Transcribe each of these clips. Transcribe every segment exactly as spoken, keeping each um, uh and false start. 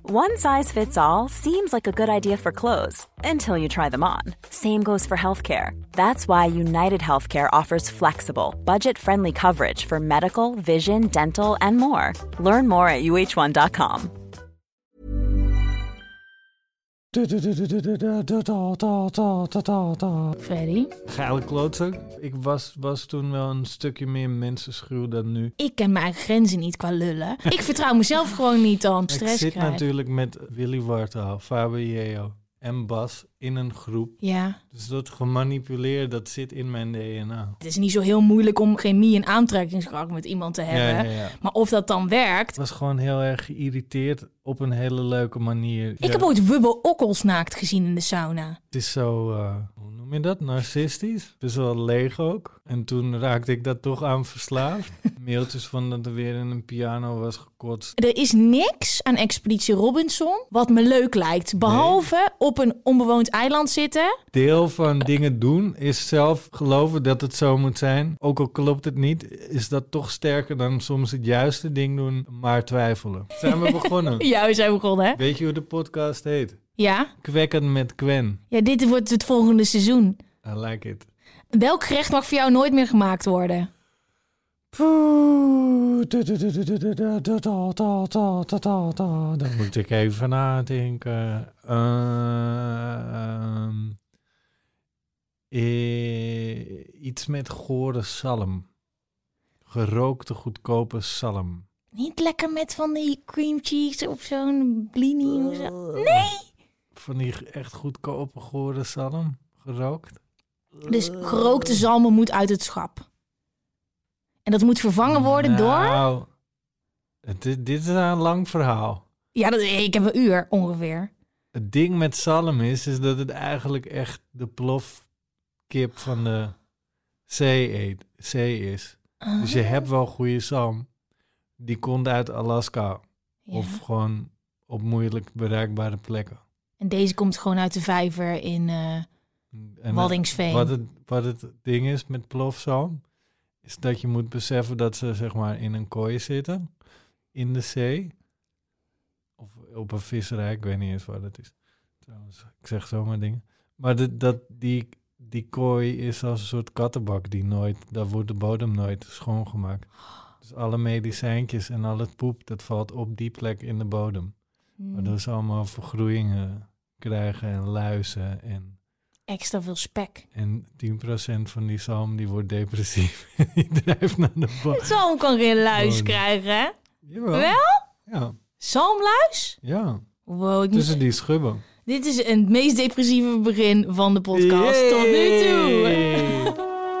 One size fits all seems like a good idea for clothes until you try them on. Same goes for healthcare. That's why United Healthcare offers flexible, budget-friendly coverage for medical, vision, dental, and more. Learn more at u h one dot com. Freddy? Geile klootzak. Ik was, was toen wel een stukje meer mensenschuw dan nu. Ik ken mijn eigen grenzen niet qua lullen. Ik vertrouw mezelf gewoon niet dan. Stress Ik zit krijg. natuurlijk met Willy Wartaal, Faber Jeo en Bas in een groep. Ja. Dus dat gemanipuleerd, dat zit in mijn D N A. Het is niet zo heel moeilijk om chemie en aantrekkingskracht met iemand te hebben. Ja, ja, ja. Maar of dat dan werkt... Ik was gewoon heel erg geïrriteerd op een hele leuke manier. Ik Ja, heb ooit Wubbo Okkels naakt gezien in de sauna. Het is zo, uh, hoe noem je dat? Narcistisch. Best wel leeg ook. En toen raakte ik dat toch aan verslaafd. Mailtjes van dat er weer in een piano was gekotst. Er is niks aan Expeditie Robinson wat me leuk lijkt. Behalve nee. op een onbewoond eiland zitten. Deel van dingen doen is zelf geloven dat het zo moet zijn. Ook al klopt het niet, is dat toch sterker dan soms het juiste ding doen, maar twijfelen. Zijn we begonnen? Ja, we zijn begonnen, hè? Weet je hoe de podcast heet? Ja? Kwekken met Gwen. Ja, dit wordt het volgende seizoen. I like it. Welk gerecht mag voor jou nooit meer gemaakt worden? Dan moet ik even nadenken. Uh, uh, iets met gore zalm. Gerookte, goedkope zalm. Niet lekker met van die cream cheese of zo'n blini of zo. Nee! Van die echt goedkope, gore zalm. Gerookt. Dus gerookte zalmen moet uit het schap. En dat moet vervangen worden nou, door... Het, dit is een lang verhaal. Ja, dat, ik heb een uur ongeveer. Het ding met zalm is, is dat het eigenlijk echt de plofkip van de zee, eet, zee is. Uh-huh. Dus je hebt wel goede zalm. Die komt uit Alaska. Ja. Of gewoon op moeilijk bereikbare plekken. En deze komt gewoon uit de vijver in uh, Waddinxveen. Wat het, wat het ding is met plofzalm, is dat je moet beseffen dat ze zeg maar in een kooi zitten. In de zee. Of op een visserij, ik weet niet eens wat het is. Trouwens, ik zeg zomaar dingen. Maar de, dat, die, die kooi is als een soort kattenbak die nooit, daar wordt de bodem nooit schoongemaakt. Dus alle medicijntjes en al het poep, dat valt op die plek in de bodem. Hmm. Waardoor ze allemaal vergroeien krijgen en luizen en... Extra veel spek. En tien procent van die zalm die wordt depressief. Die drijft naar de bodem. Zalm kan geen luis bodem. krijgen, hè? Jawel. Wel? Ja. Zalmluis? Ja. Wow, ik Tussen moet... die schubben. Dit is het meest depressieve begin van de podcast Yay. tot nu toe.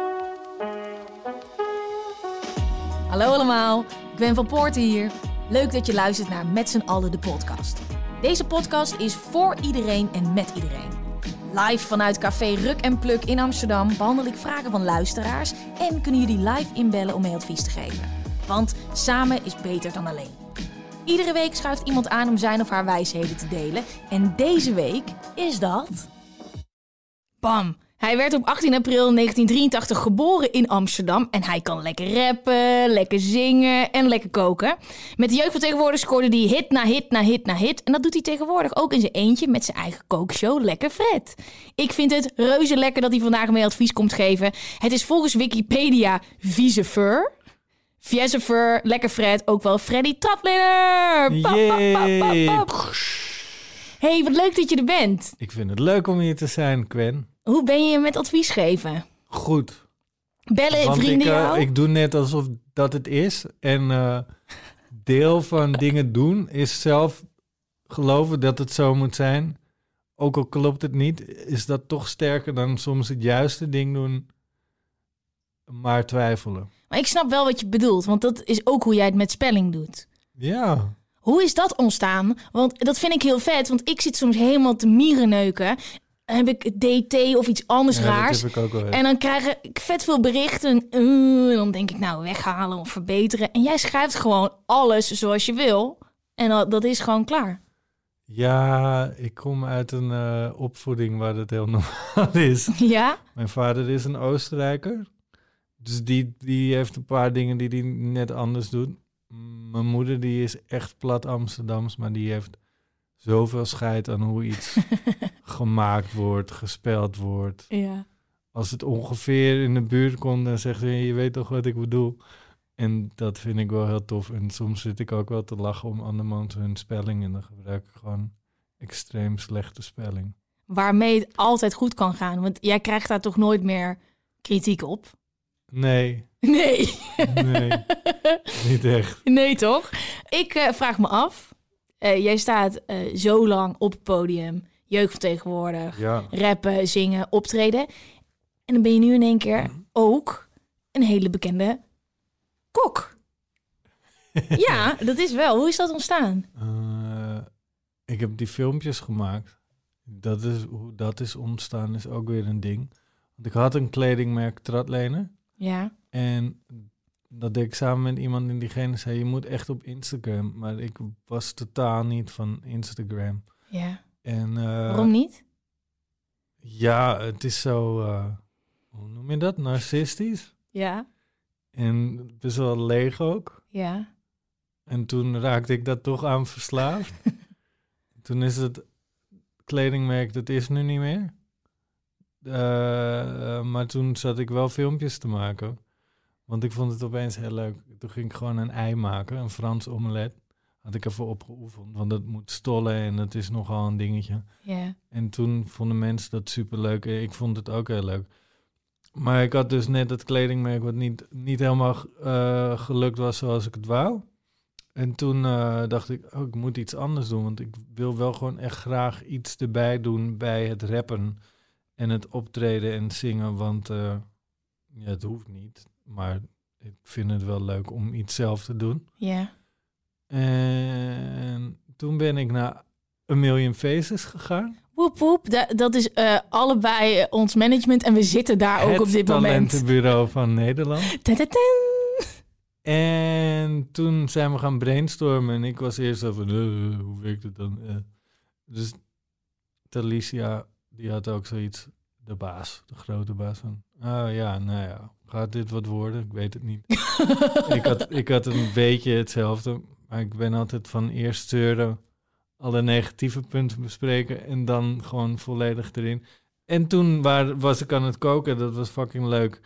Hallo allemaal, ik ben Van Poorten hier. Leuk dat je luistert naar Met z'n allen de podcast. Deze podcast is voor iedereen en met iedereen. Live vanuit Café Ruk en Pluk in Amsterdam behandel ik vragen van luisteraars en kunnen jullie live inbellen om mee advies te geven. Want samen is beter dan alleen. Iedere week schuift iemand aan om zijn of haar wijsheden te delen. En deze week is dat... Bam! Hij werd op achttien april negentien drieëntachtig geboren in Amsterdam. En hij kan lekker rappen, lekker zingen en lekker koken. Met de jeugd van tegenwoordig scoorde hij hit na hit na hit na hit. En dat doet hij tegenwoordig ook in zijn eentje met zijn eigen kookshow Lekker Fred. Ik vind het reuze lekker dat hij vandaag mee advies komt geven. Het is volgens Wikipedia vieze fur. Vieze fur, Lekker Fred, ook wel Freddy Trapliner. Hey, wat leuk dat je er bent. Ik vind het leuk om hier te zijn, Gwen. Hoe ben je met advies geven? Goed. Bellen Want vrienden ik, uh, jou? Ik doe net alsof dat het is. En uh, deel van dingen doen is zelf geloven dat het zo moet zijn. Ook al klopt het niet, is dat toch sterker dan soms het juiste ding doen, maar twijfelen. Maar ik snap wel wat je bedoelt, want dat is ook hoe jij het met spelling doet. Ja. Hoe is dat ontstaan? Want dat vind ik heel vet, want ik zit soms helemaal te mierenneuken. Dan heb ik D T of iets anders ja, raars. Dat heb ik ook wel. En dan krijg ik vet veel berichten. Uh, en dan denk ik, nou, weghalen of verbeteren. En jij schrijft gewoon alles zoals je wil. En dat, dat is gewoon klaar. Ja, ik kom uit een uh, opvoeding waar dat heel normaal is. Ja? Mijn vader is een Oostenrijker. Dus die, die heeft een paar dingen die hij net anders doet. Mijn moeder die is echt plat Amsterdams, maar die heeft zoveel scheid aan hoe iets gemaakt wordt, gespeld wordt. Ja. Als het ongeveer in de buurt komt, dan zegt ze, je weet toch wat ik bedoel. En dat vind ik wel heel tof. En soms zit ik ook wel te lachen om andermans hun spelling. En dan gebruik ik gewoon extreem slechte spelling. Waarmee het altijd goed kan gaan. Want jij krijgt daar toch nooit meer kritiek op? Nee. Nee. Nee, niet echt. Nee, toch? Ik uh, vraag me af. Uh, jij staat uh, zo lang op het podium. Jeugdvertegenwoordiger. Ja. Rappen, zingen, optreden. En dan ben je nu in één keer ook een hele bekende kok. Ja, dat is wel. Hoe is dat ontstaan? Uh, ik heb die filmpjes gemaakt. Dat is, hoe dat is ontstaan is ook weer een ding. Want ik had een kledingmerk Tratlenen. Ja. En dat deed ik samen met iemand en diegene zei, je moet echt op Instagram. Maar ik was totaal niet van Instagram. Ja. En, uh, waarom niet? Ja, het is zo, uh, hoe noem je dat? Narcistisch. Ja. En best wel leeg ook. Ja. En toen raakte ik dat toch aan verslaafd. Toen is het kledingmerk, dat is nu niet meer. Uh, uh, maar toen zat ik wel filmpjes te maken. Want ik vond het opeens heel leuk. Toen ging ik gewoon een ei maken, een Frans omelet. Had ik even opgeoefend, want dat moet stollen en dat is nogal een dingetje. Ja. En toen vonden mensen dat superleuk. Ik vond het ook heel leuk. Maar ik had dus net het kledingmerk wat niet, niet helemaal uh, gelukt was zoals ik het wou. En toen uh, dacht ik, oh, ik moet iets anders doen. Want ik wil wel gewoon echt graag iets erbij doen bij het rappen en het optreden en zingen. Want uh, ja, het hoeft niet. Maar ik vind het wel leuk om iets zelf te doen. Ja. En toen ben ik naar A Million Faces gegaan. Woep woep, da- dat is uh, allebei uh, ons management en we zitten daar het ook op dit moment. Het talentenbureau van Nederland. Ta-ta-tan. En toen zijn we gaan brainstormen en ik was eerst zo van, uh, hoe werkt het dan? Uh. Dus Talicia, die had ook zoiets, de baas, de grote baas van, oh ja, nou ja, gaat dit wat worden? Ik weet het niet. ik, had, ik had een beetje hetzelfde, maar ik ben altijd van eerst zeuren, alle negatieve punten bespreken en dan gewoon volledig erin. En toen waar, was ik aan het koken, dat was fucking leuk.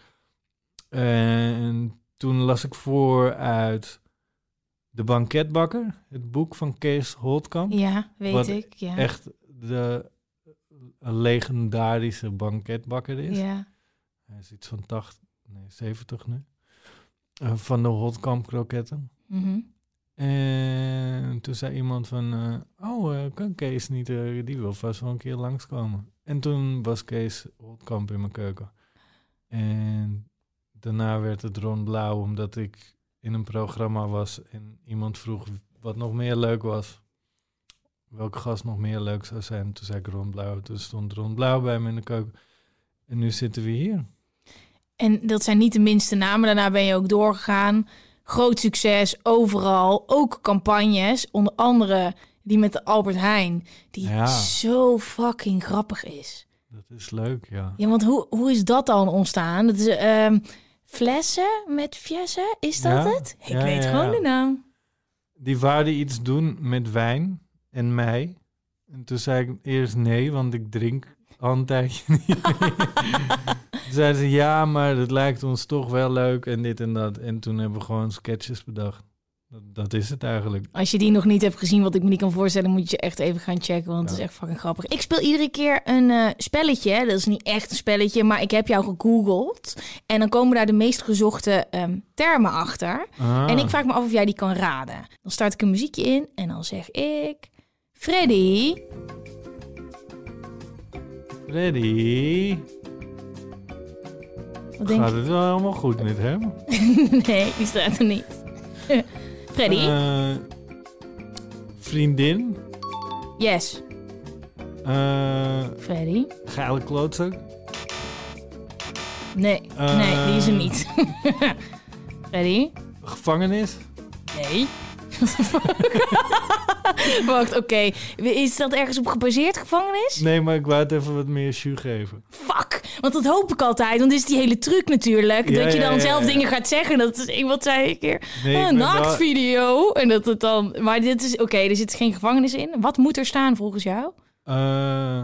En toen las ik voor uit De Banketbakker, het boek van Kees Holtkamp. Ja, weet wat ik. Ja. echt de een legendarische banketbakker is. Ja. Hij is iets van tachtig, nee, zeventig nu. Uh, van de Holtkamp kroketten. Mm-hmm. En toen zei iemand van, uh, oh, uh, kan Kees niet, uh, die wil vast wel een keer langskomen. En toen was Kees Holtkamp in mijn keuken. En daarna werd het Ron Blauw, omdat ik in een programma was en iemand vroeg wat nog meer leuk was. Welke gast nog meer leuk zou zijn. Toen zei ik Ron Blauw. Toen stond Ron Blauw bij me in de keuken. En nu zitten we hier. En dat zijn niet de minste namen. Daarna ben je ook doorgegaan. Groot succes, overal. Ook campagnes, onder andere die met de Albert Heijn. Die Ja. zo fucking grappig is. Dat is leuk, ja. Ja, want hoe, hoe is dat dan ontstaan? Dat is uh, flessen met fjessen, is dat Ja? het? Ik Ja, weet ja, gewoon ja. de naam. Die wouden iets doen met wijn en mij. En toen zei ik eerst nee, want ik drink al een tijdje niet meer. Toen zeiden ze ja, maar het lijkt ons toch wel leuk en dit en dat. En toen hebben we gewoon sketches bedacht. Dat, dat is het eigenlijk. Als je die nog niet hebt gezien, wat ik me niet kan voorstellen, moet je echt even gaan checken, want Ja. het is echt fucking grappig. Ik speel iedere keer een uh, spelletje. Dat is niet echt een spelletje, maar ik heb jou gegoogeld. En dan komen daar de meest gezochte um, termen achter. Ah. En ik vraag me af of jij die kan raden. Dan start ik een muziekje in en dan zeg ik... Freddy. Freddy, Wat denk gaat het wel helemaal goed met hem? Nee, die staat er niet. Freddy? Uh, vriendin. Yes. Uh, Freddy? geile klootzak. Nee, Uh, nee, die is er niet. Freddy? Gevangenis. Nee. Wacht, oké. Is dat ergens op gebaseerd, gevangenis? Nee, maar ik wou het even wat meer jus geven. Fuck. Want dat hoop ik altijd. Want dit is die hele truc natuurlijk. Ja, dat je dan ja, ja, zelf ja. dingen gaat zeggen. Dat is, ik wat zei een keer, Nee, ik een ben wel- naaktvideo. En dat het dan... Maar dit is... Oké, okay, er zit geen gevangenis in. Wat moet er staan volgens jou? Uh,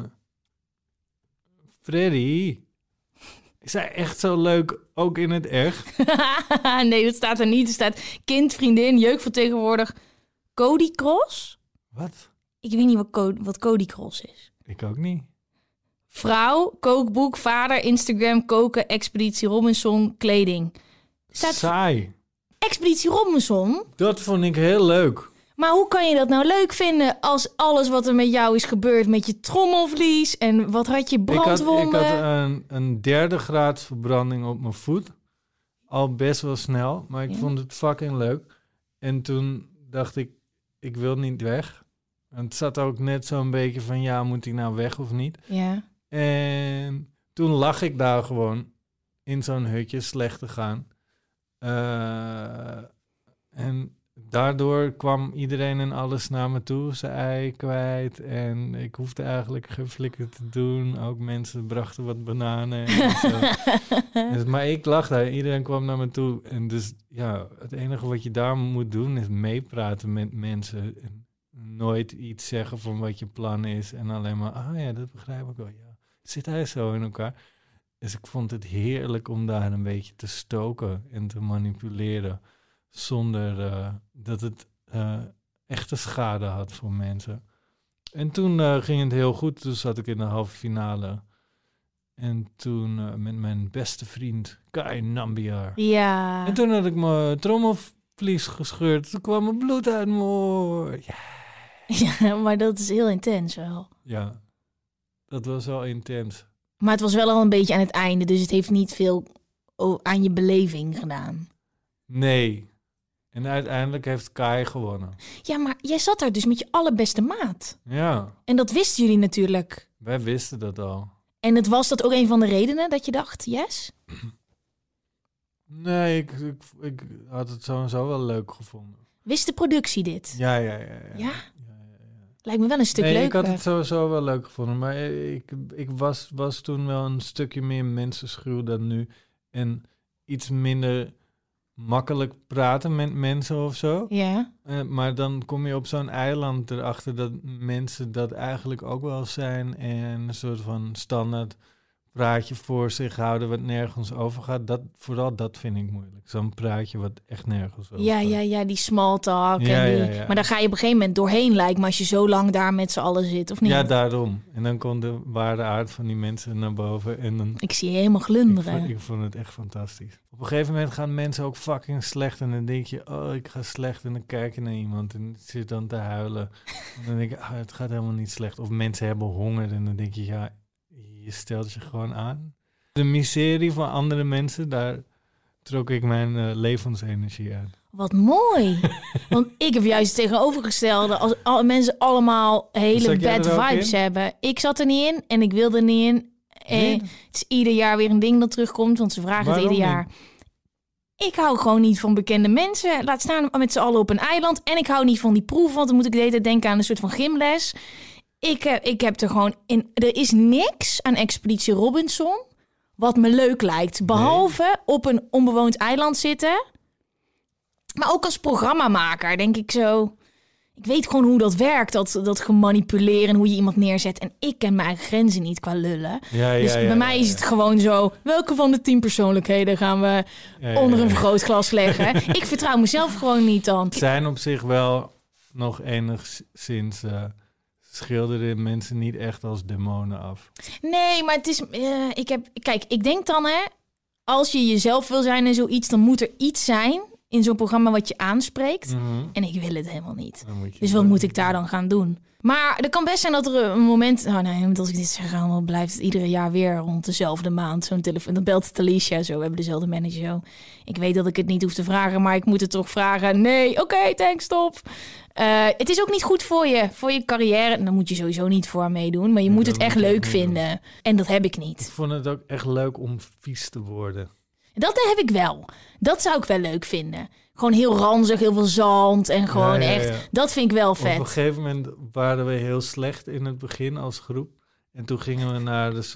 Freddy, is hij echt zo leuk, ook in het echt? Nee, dat staat er niet. Er staat kind, vriendin, jeugdvertegenwoordiger. Cody Cross? Wat? Ik weet niet wat, Co- wat Cody Cross is. Ik ook niet. Vrouw, kookboek, vader, Instagram, koken, Expeditie Robinson, kleding. Staat Saai. Expeditie Robinson? Dat vond ik heel leuk. Maar hoe kan je dat nou leuk vinden als alles wat er met jou is gebeurd met je trommelvlies en wat had je Ik had, brandwonden? ik had een, een derde graads verbranding op mijn voet. Al best wel snel, maar ik Ja. vond het fucking leuk. En toen dacht ik, ik wil niet weg. En het zat ook net zo'n beetje van, ja, moet ik nou weg of niet? Ja. En toen lag ik daar gewoon in zo'n hutje slecht te gaan. Uh, en daardoor kwam iedereen en alles naar me toe, zijn ei kwijt. En ik hoefde eigenlijk geen flikker te doen. Ook mensen brachten wat bananen. En zo. Dus, maar ik lag daar, iedereen kwam naar me toe. En dus ja, het enige wat je daar moet doen is meepraten met mensen. En nooit iets zeggen van wat je plan is. En alleen maar, ah ja, dat begrijp ik wel, ja. Zit hij zo in elkaar? Dus ik vond het heerlijk om daar een beetje te stoken en te manipuleren. Zonder uh, dat het uh, echte schade had voor mensen. En toen uh, ging het heel goed. Toen zat ik in de halve finale. En toen uh, met mijn beste vriend Kai Nambiar. Ja. En toen had ik mijn trommelvlies gescheurd. Toen kwam er bloed uit mijn oor. Yeah. Ja, maar dat is heel intens wel. Ja, dat was wel intens. Maar het was wel al een beetje aan het einde, dus het heeft niet veel aan je beleving gedaan. Nee. En uiteindelijk heeft Kai gewonnen. Ja, maar jij zat daar dus met je allerbeste maat. Ja. En dat wisten jullie natuurlijk. Wij wisten dat al. En het was dat ook een van de redenen dat je dacht, yes? Nee, ik, ik, ik had het sowieso wel leuk gevonden. Wist de productie dit? Ja, ja, ja. Ja? Ja? ja, ja, ja. Lijkt me wel een stuk nee, leuker. ik had het sowieso wel leuk gevonden. Maar ik, ik was, was toen wel een stukje meer mensenschuw dan nu. En iets minder makkelijk praten met mensen of zo. Ja. Uh, maar dan kom je op zo'n eiland erachter dat mensen dat eigenlijk ook wel zijn. En een soort van standaard praatje voor zich houden wat nergens over gaat. Dat, vooral dat vind ik moeilijk. Zo'n praatje wat echt nergens over Ja, gaat. ja, ja, die small talk. Ja, en die... ja, ja. Maar daar ga je op een gegeven moment doorheen, lijkt me, als je zo lang daar met z'n allen zit, of niet? Ja, daarom. En dan komt de ware aard van die mensen naar boven. En dan... Ik zie je helemaal Ik glunderen. vond, ik vond het echt fantastisch. Op een gegeven moment gaan mensen ook fucking slecht. En dan denk je, oh, ik ga slecht. En dan kijk je naar iemand en zit dan te huilen. En dan denk je, ah, het gaat helemaal niet slecht. Of mensen hebben honger. En dan denk je, ja, je stelt je gewoon aan. De miserie van andere mensen, daar trok ik mijn uh, levensenergie uit. Wat mooi. Want ik heb juist het tegenovergestelde. Als al, mensen allemaal hele Zat jij bad er ook vibes in? hebben. Ik zat er niet in en ik wilde er niet in. Eh, Niet? het is ieder jaar weer een ding dat terugkomt, want ze vragen Waarom het ieder niet? jaar. Ik hou gewoon niet van bekende mensen. Laat staan met z'n allen op een eiland. En ik hou niet van die proef, want dan moet ik de hele tijd denken aan een soort van gymles. Ik, uh, ik heb er gewoon in. Er is niks aan Expeditie Robinson wat me leuk lijkt. Behalve nee. op een onbewoond eiland zitten. Maar ook als programmamaker denk ik zo... Ik weet gewoon hoe dat werkt, dat, dat gemanipuleren... hoe je iemand neerzet. En ik ken mijn eigen grenzen niet qua lullen. Ja, ja, dus ja, bij ja, mij ja. is het gewoon zo... welke van de tien persoonlijkheden gaan we Ja, ja, onder een ja. vergrootglas leggen? Ik vertrouw mezelf gewoon niet dan. Het zijn op zich wel nog enigszins... Uh, schilderen mensen niet echt als demonen af. Nee, maar het is... Uh, ik heb, kijk, ik denk dan, hè... als je jezelf wil zijn en zoiets... dan moet er iets zijn in zo'n programma wat je aanspreekt. Mm-hmm. En ik wil het helemaal niet. Je Dus wat moet ik daar dan gaan doen? Maar er kan best zijn dat er een moment... Oh nee, als ik dit zeg, dan blijft het iedere jaar weer rond dezelfde maand. Zo'n telefoon. Dan belt het Alicia zo. We hebben dezelfde manager zo. Ik weet dat ik het niet hoef te vragen, maar ik moet het toch vragen. Nee, oké, okay, thanks, stop. Uh, het is ook niet goed voor je, voor je carrière. En daar moet je sowieso niet voor meedoen. Maar je Nee, moet het dat echt moet je leuk ook niet vinden. doen. En dat heb ik niet. Ik vond het ook echt leuk om vies te worden. Dat heb ik wel. Dat zou ik wel leuk vinden. Gewoon heel ranzig, heel veel zand en gewoon Ja, ja, ja. echt... Dat vind ik wel vet. Op een gegeven moment waren we heel slecht in het begin als groep. En toen gingen we naar de soort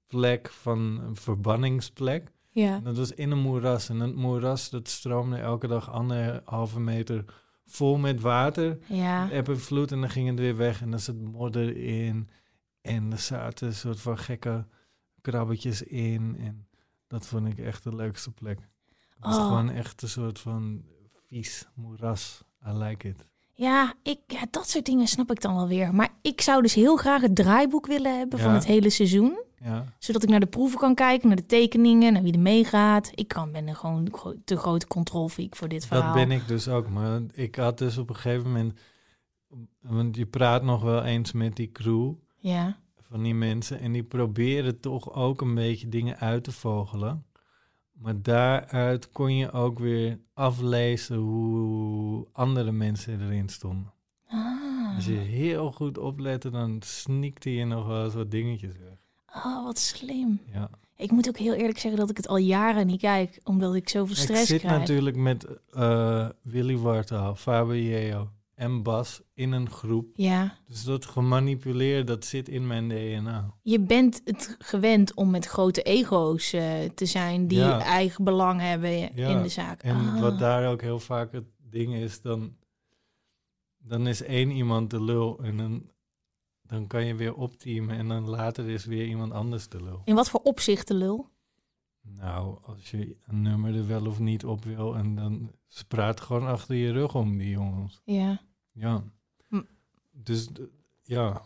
plek van een verbanningsplek. Ja. En dat was in een moeras. En het moeras, dat stroomde elke dag anderhalve meter vol met water. Ja. Eb en vloed en dan ging het weer weg. En dan zat modder in. En er zaten een soort van gekke krabbetjes in. En dat vond ik echt de leukste plek. Het was Oh. gewoon echt een soort van vies moeras. I like it. Ja, ik, ja, dat soort dingen snap ik dan wel weer. Maar ik zou dus heel graag het draaiboek willen hebben Ja. van het hele seizoen. Ja. Zodat ik naar de proeven kan kijken, naar de tekeningen, naar wie er meegaat. Ik kan, ben er gewoon gro- te grote controlfreak voor dit verhaal. Dat ben ik dus ook. Maar ik had dus op een gegeven moment... Want je praat nog wel eens met die crew Ja. van die mensen. En die proberen toch ook een beetje dingen uit te vogelen. Maar daaruit kon je ook weer aflezen hoe andere mensen erin stonden. Ah. Als je heel goed oplette, dan sneakte je nog wel eens wat dingetjes weg. Oh, wat slim. Ja. Ik moet ook heel eerlijk zeggen dat ik het al jaren niet kijk, omdat ik zoveel stress Ik zit krijg. natuurlijk met uh, Willy Wartaal, Fabio en Bas in een groep. Ja, Dus dat gemanipuleerd, dat zit in mijn D N A. je bent het gewend om met grote ego's uh, te zijn die Ja. eigen belang hebben Ja, in de zaak. En Ah. wat daar ook heel vaak het ding is, dan, dan is één iemand de lul en dan, dan kan je weer opteamen en dan later is weer iemand anders de lul. In wat voor opzichten, lul? Nou, als je een nummer er wel of niet op wil en dan ze praat gewoon achter je rug om, die jongens. Ja. Ja. Hm. Dus d- ja,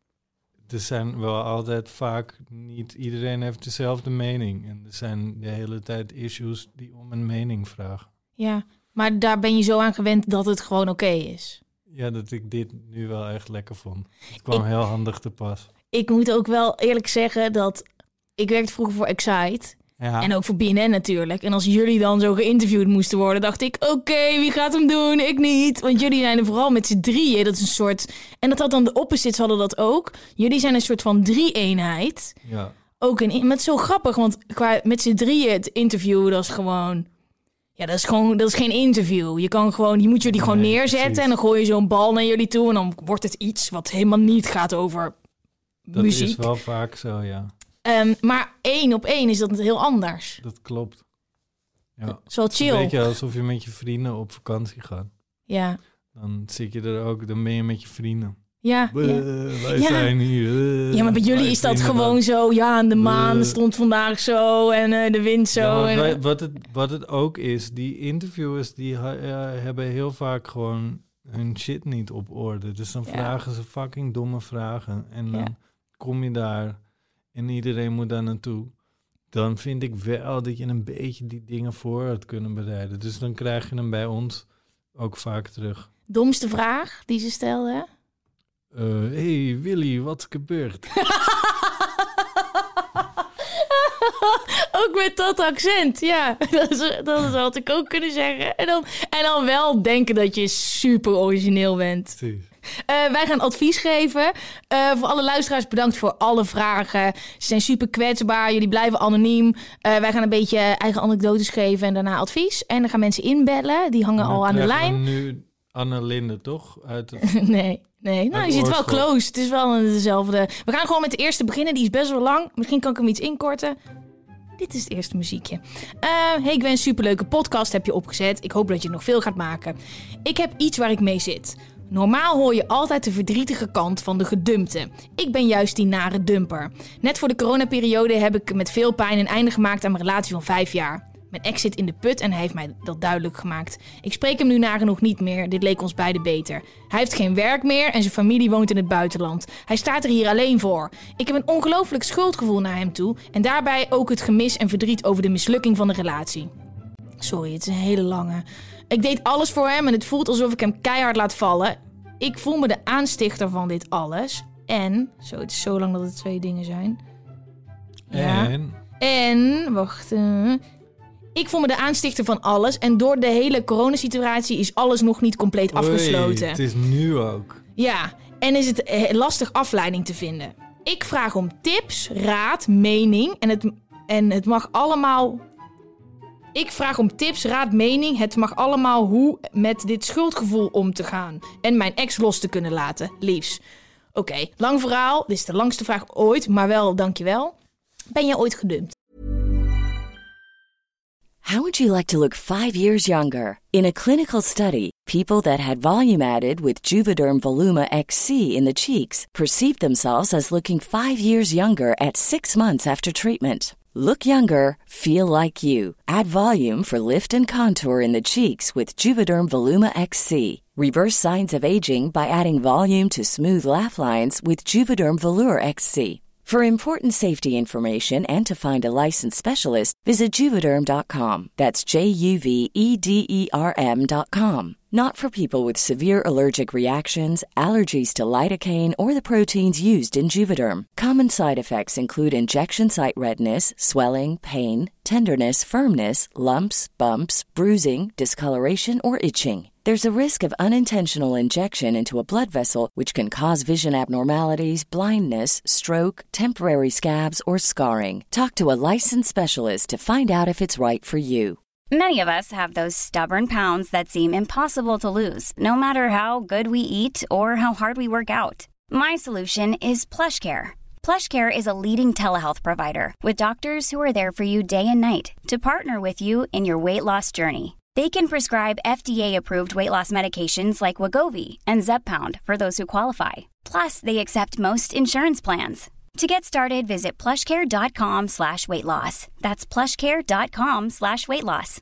er zijn wel altijd vaak niet iedereen heeft dezelfde mening. En er zijn de hele tijd issues die om een mening vragen. Ja, maar daar ben je zo aan gewend dat het gewoon oké is. Ja, dat ik dit nu wel echt lekker vond. Het kwam Ik- heel handig te pas. Ik moet ook wel eerlijk zeggen dat ik werkte vroeger voor Excite. Ja, En ook voor B N N natuurlijk. En als jullie dan zo geïnterviewd moesten worden, dacht ik, oké, wie gaat hem doen? Ik niet. Want jullie zijn er vooral met z'n drieën. Dat is een soort... En dat had dan de opposites hadden dat ook. Jullie zijn een soort van drie-eenheid. ja. Ook een... Maar het is zo grappig, want qua met z'n drieën het interview, dat is gewoon... Ja, dat is gewoon... Dat is geen interview. Je kan gewoon... Je moet jullie gewoon Nee, neerzetten precies. en dan gooi je zo'n bal naar jullie toe en dan wordt het iets wat helemaal niet gaat over Dat muziek. is wel vaak zo, ja. Ehm, maar één op één is dat heel anders. Dat klopt. Ja. Het is wel Het is chill. een beetje alsof je met je vrienden op vakantie gaat. Ja. Dan zit je er ook, dan ben je met je vrienden. Ja, Buh, ja. wij Ja. zijn hier. uh, ja, maar bij jullie wij is dat vinden gewoon zo... Ja, en de maan Eh. stond vandaag zo en eh, de wind zo. Ja, maar en, wij- wat, het, wat het ook is, die interviewers die ha- ja, hebben heel vaak gewoon hun shit niet op orde. Dus dan Ja. vragen ze fucking domme vragen. En dan Ja. kom je daar en iedereen moet daar naartoe. Dan vind ik wel dat je een beetje die dingen voor had kunnen bereiden. Dus dan krijg je hem bij ons ook vaak terug. Domste vraag die ze stelden. Eh, hey Willy, wat gebeurt? Ook met dat accent, ja. Dat, is, dat is wat ik ook kunnen zeggen. En dan, en dan wel denken dat je super origineel bent. Precies. Uh, wij gaan advies geven. Uh, voor alle luisteraars bedankt voor alle vragen. Ze zijn super kwetsbaar. Jullie blijven anoniem. Uh, wij gaan een beetje eigen anekdotes geven en daarna advies. En dan gaan mensen inbellen. Die hangen Dan al aan de krijgen we lijn. nu Anne Linde, toch? Uit het... Nee, nee. Nou, Uit je zit wel Oorschot. close. Het is wel dezelfde. We gaan gewoon met de eerste beginnen. Die is best wel lang. Misschien kan ik hem iets inkorten. Dit is het eerste muziekje. Uh, hey Gwen, superleuke podcast heb je opgezet. Ik hoop dat je nog veel gaat maken. Ik heb iets waar ik mee zit. Normaal hoor je altijd de verdrietige kant van de gedumpte. Ik ben juist die nare dumper. Net voor de coronaperiode heb ik met veel pijn een einde gemaakt aan mijn relatie van vijf jaar. Mijn ex zit in de put en hij heeft mij dat duidelijk gemaakt. Ik spreek hem nu nagenoeg niet meer. Dit leek ons beiden beter. Hij heeft geen werk meer en zijn familie woont in het buitenland. Hij staat er hier alleen voor. Ik heb een ongelooflijk schuldgevoel naar hem toe. En daarbij ook het gemis en verdriet over de mislukking van de relatie. Sorry, het is een hele lange. Ik deed alles voor hem en het voelt alsof ik hem keihard laat vallen. Ik voel me de aanstichter van dit alles. En, zo, het is zo lang dat het twee dingen zijn. Ja. En... En, wacht. Uh, ik voel me de aanstichter van alles. En door de hele coronasituatie is alles nog niet compleet afgesloten. Oei, het is nu ook. Ja, en is het eh, lastig afleiding te vinden. Ik vraag om tips, raad, mening. En het, en het mag allemaal... Ik vraag om tips, raad, mening. Het mag allemaal hoe met dit schuldgevoel om te gaan. En mijn ex los te kunnen laten, liefs. Oké, okay, lang verhaal. Dit is de langste vraag ooit, maar wel dankjewel. Ben je ooit gedumpt? How would you like to look five years younger? In a clinical study, people that had volume added with Juvederm Voluma X C in the cheeks perceived themselves as looking five years younger at six months after treatment. Look younger, feel like you. Add volume for lift and contour in the cheeks with Juvederm Voluma X C. Reverse signs of aging by adding volume to smooth laugh lines with Juvederm Volure X C. For important safety information and to find a licensed specialist, visit Juvederm dot com. That's J U V E D E R M dot com. Not for people with severe allergic reactions, allergies to lidocaine, or the proteins used in Juvederm. Common side effects include injection site redness, swelling, pain, tenderness, firmness, lumps, bumps, bruising, discoloration, or itching. There's a risk of unintentional injection into a blood vessel, which can cause vision abnormalities, blindness, stroke, temporary scabs, or scarring. Talk to a licensed specialist to find out if it's right for you. Many of us have those stubborn pounds that seem impossible to lose, no matter how good we eat or how hard we work out. My solution is PlushCare. PlushCare is a leading telehealth provider with doctors who are there for you day and night to partner with you in your weight loss journey. They can prescribe F D A-approved weight loss medications like Wegovy and Zepbound for those who qualify. Plus, they accept most insurance plans. To get started, visit plushcare.com slash weight loss. That's plushcare.com slash weight loss.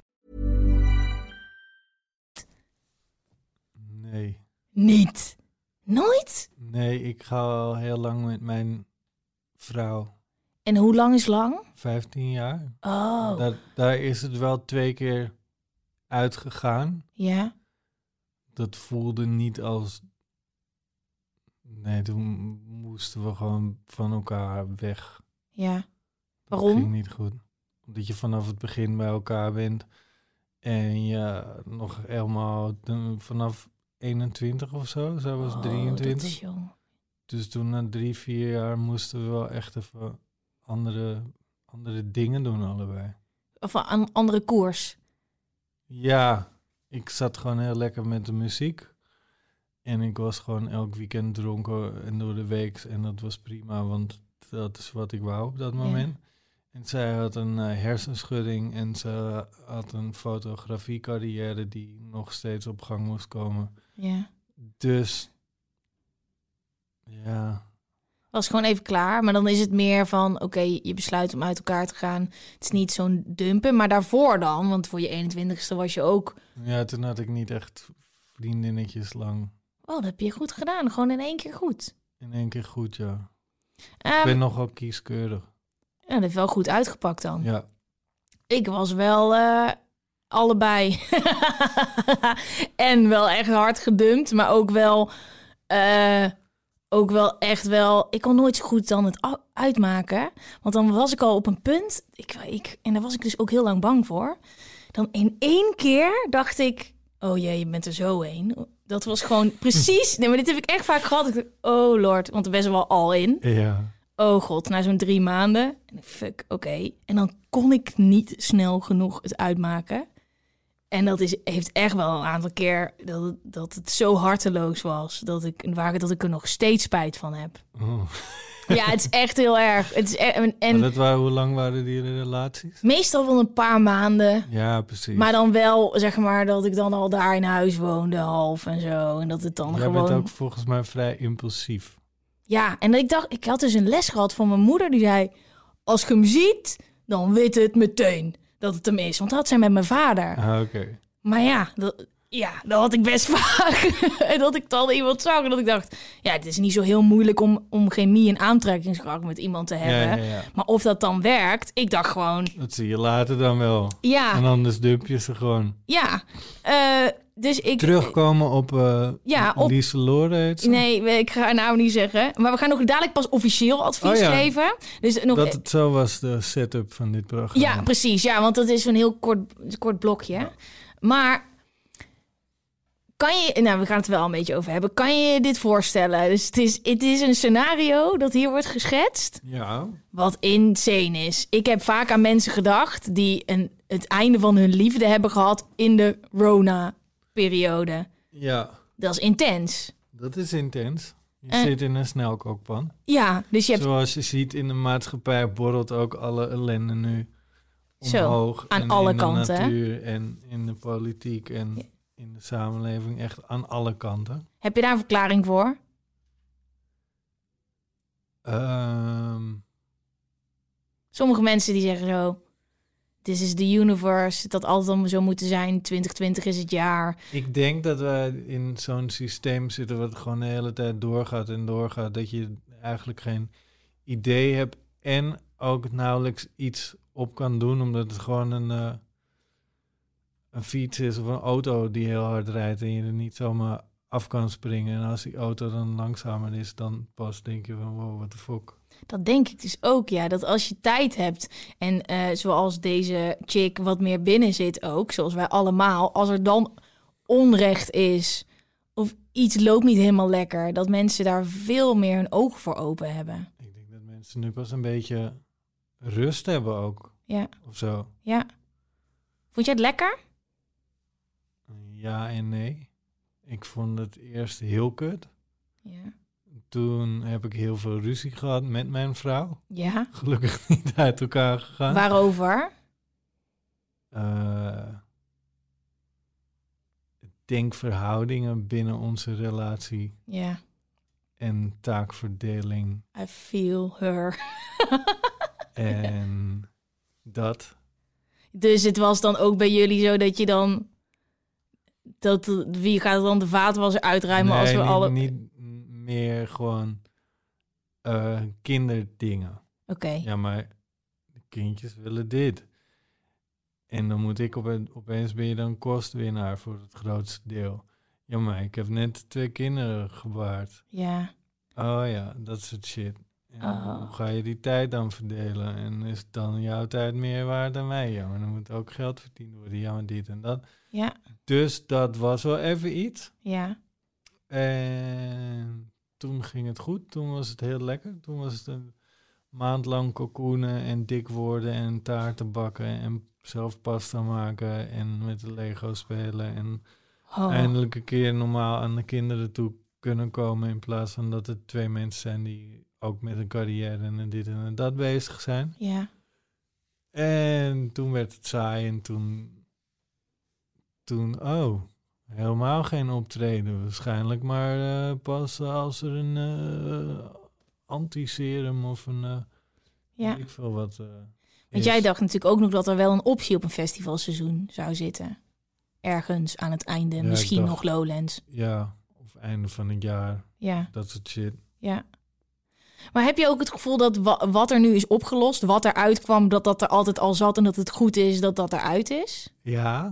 Nee. Niet. Nooit? Nee, ik ga al heel lang met mijn vrouw. En hoe lang is lang? vijftien jaar. Oh. Daar, daar is het wel twee keer uitgegaan. Ja. Dat voelde niet als... Nee, toen moesten we gewoon van elkaar weg. Ja. Waarom? Dat ging niet goed. Omdat je vanaf het begin bij elkaar bent. En je nog helemaal vanaf eenentwintig of zo. Zij was oh, drieëntwintig. Dat is jong. Dus toen na drie, vier jaar moesten we wel echt even andere, andere dingen doen allebei. Of een andere koers. Ja, ik zat gewoon heel lekker met de muziek. En ik was gewoon elk weekend dronken en door de week. En dat was prima, want dat is wat ik wou op dat moment. Ja. En zij had een uh, hersenschudding en ze had een fotografiecarrière die nog steeds op gang moest komen. Ja. Dus, ja... Was gewoon even klaar, maar dan is het meer van... Oké, okay, je besluit om uit elkaar te gaan. Het is niet zo'n dumpen, maar daarvoor dan... Want voor je eenentwintigste was je ook... Ja, toen had ik niet echt vriendinnetjes lang. Oh, dat heb je goed gedaan. Gewoon in één keer goed. In één keer goed, ja. Um, ik ben nogal kieskeurig. Ja, dat heeft wel goed uitgepakt dan. Ja. Ik was wel uh, allebei. En wel echt hard gedumpt, maar ook wel... Uh, ook wel echt wel... Ik kon nooit zo goed dan het uitmaken. Want dan was ik al op een punt... Ik, ik, en daar was ik dus ook heel lang bang voor. Dan in één keer dacht ik... Oh jee, je bent er zo heen. Dat was gewoon precies... Nee, maar dit heb ik echt vaak gehad. Ik dacht, oh lord, want er best wel al in. Ja. Oh god, na zo'n drie maanden. En fuck, oké. Okay. En dan kon ik niet snel genoeg het uitmaken. En dat is, heeft echt wel een aantal keer dat het, dat het zo harteloos was. Dat ik, waar, dat ik er nog steeds spijt van heb. Oh. Ja, het is echt heel erg. Het is echt, en, en dat waren, hoe lang waren die relaties? Meestal wel een paar maanden. Ja, precies. Maar dan wel, zeg maar, dat ik dan al daar in huis woonde, half en zo. En dat het dan Jij gewoon... bent ook volgens mij vrij impulsief. Ja, en ik dacht, ik had dus een les gehad van mijn moeder. Die zei, als je hem ziet, dan weet het meteen dat het hem is. Want dat had zij met mijn vader. Ah, oké. Okay. Maar ja, dat, ja, dat had ik best vaak. En dat ik dan iemand zag en dat ik dacht... Ja, het is niet zo heel moeilijk om, om chemie en aantrekkingskracht met iemand te hebben. Ja, ja, ja. Maar of dat dan werkt, ik dacht gewoon... Dat zie je later dan wel. Ja. En anders dump je ze gewoon. Ja, uh, dus ik... Terugkomen op, uh, ja, op Lieselore heet ze? Nee, ik ga haar nou niet zeggen. Maar we gaan nog dadelijk pas officieel advies oh, ja. geven. Dus nog... Dat het zo was, de setup van dit programma. Ja, precies. Ja, want dat is een heel kort, kort blokje. Ja. Maar... Kan je, nou, we gaan het wel een beetje over hebben. Kan je je dit voorstellen? Dus het is, het is een scenario dat hier wordt geschetst. Ja. Wat insane is. Ik heb vaak aan mensen gedacht die een, het einde van hun liefde hebben gehad in de Rona-periode. Ja. Dat is intens. Dat is intens. Je Uh, zit in een snelkookpan. Ja, dus je hebt... Zoals je ziet in de maatschappij borrelt ook alle ellende nu Zo, omhoog. aan en alle in kanten, de hè? natuur en in de politiek en Ja. in de samenleving. Echt aan alle kanten. Heb je daar een verklaring voor? Um, Sommige mensen die zeggen zo... This is the universe, dat altijd allemaal zo moeten zijn. twintig twintig is het jaar. ik denk dat wij in zo'n systeem zitten wat gewoon de hele tijd doorgaat en doorgaat. Dat je eigenlijk geen idee hebt en ook nauwelijks iets op kan doen. Omdat het gewoon een, uh, een fiets is of een auto die heel hard rijdt. En je er niet zomaar af kan springen. En als die auto dan langzamer is, dan pas denk je van wow, what the fuck. Dat denk ik dus ook, ja. Dat als je tijd hebt en uh, zoals deze chick wat meer binnen zit ook, zoals wij allemaal, als er dan onrecht is of iets loopt niet helemaal lekker, dat mensen daar veel meer hun ogen voor open hebben. Ik denk dat mensen nu pas een beetje rust hebben ook. Ja, Of zo. ja. Vond jij het lekker? Ja en nee. Ik vond het eerst heel kut. Ja. Toen heb ik heel veel ruzie gehad met mijn vrouw. Ja. Gelukkig niet uit elkaar gegaan. Waarover? Uh, ik denk verhoudingen binnen onze relatie Ja. en taakverdeling. I feel her. En dat. Dus het was dan ook bij jullie zo dat je dan... dat wie gaat dan de vaatwasser uitruimen nee, als we niet, alle... niet meer gewoon uh, kinderdingen. Oké. Ja, maar de kindjes willen dit. En dan moet ik op, opeens ben je dan kostwinnaar voor het grootste deel. Ja, maar ik heb net twee kinderen gebaard. Ja. Oh ja, dat soort shit. En Oh. hoe ga je die tijd dan verdelen? En is dan jouw tijd meer waard dan mij? Ja, maar dan moet ook geld verdiend worden. Ja, maar dit en dat. Ja. Dus dat was wel even iets. Ja. En toen ging het goed. Toen was het heel lekker. Toen was het een maand lang cocoonen en dik worden en taarten bakken en zelf pasta maken en met de Lego spelen. En Oh. eindelijk een keer normaal aan de kinderen toe kunnen komen in plaats van dat er twee mensen zijn die ook met een carrière en dit en dat bezig zijn. Ja. En toen werd het saai en toen, toen oh, helemaal geen optreden. Waarschijnlijk maar uh, pas als er een uh, anti-serum of een, uh, Ja. weet ik veel wat uh, Want is. jij dacht natuurlijk ook nog dat er wel een optie op een festivalseizoen zou zitten. Ergens aan het einde, Ja, misschien ik dacht- nog Lowlands. Ja, of einde van het jaar, Ja, dat soort shit. ja. Maar heb je ook het gevoel dat wa- wat er nu is opgelost, wat eruit kwam, dat dat er altijd al zat en dat het goed is dat dat eruit is? Ja,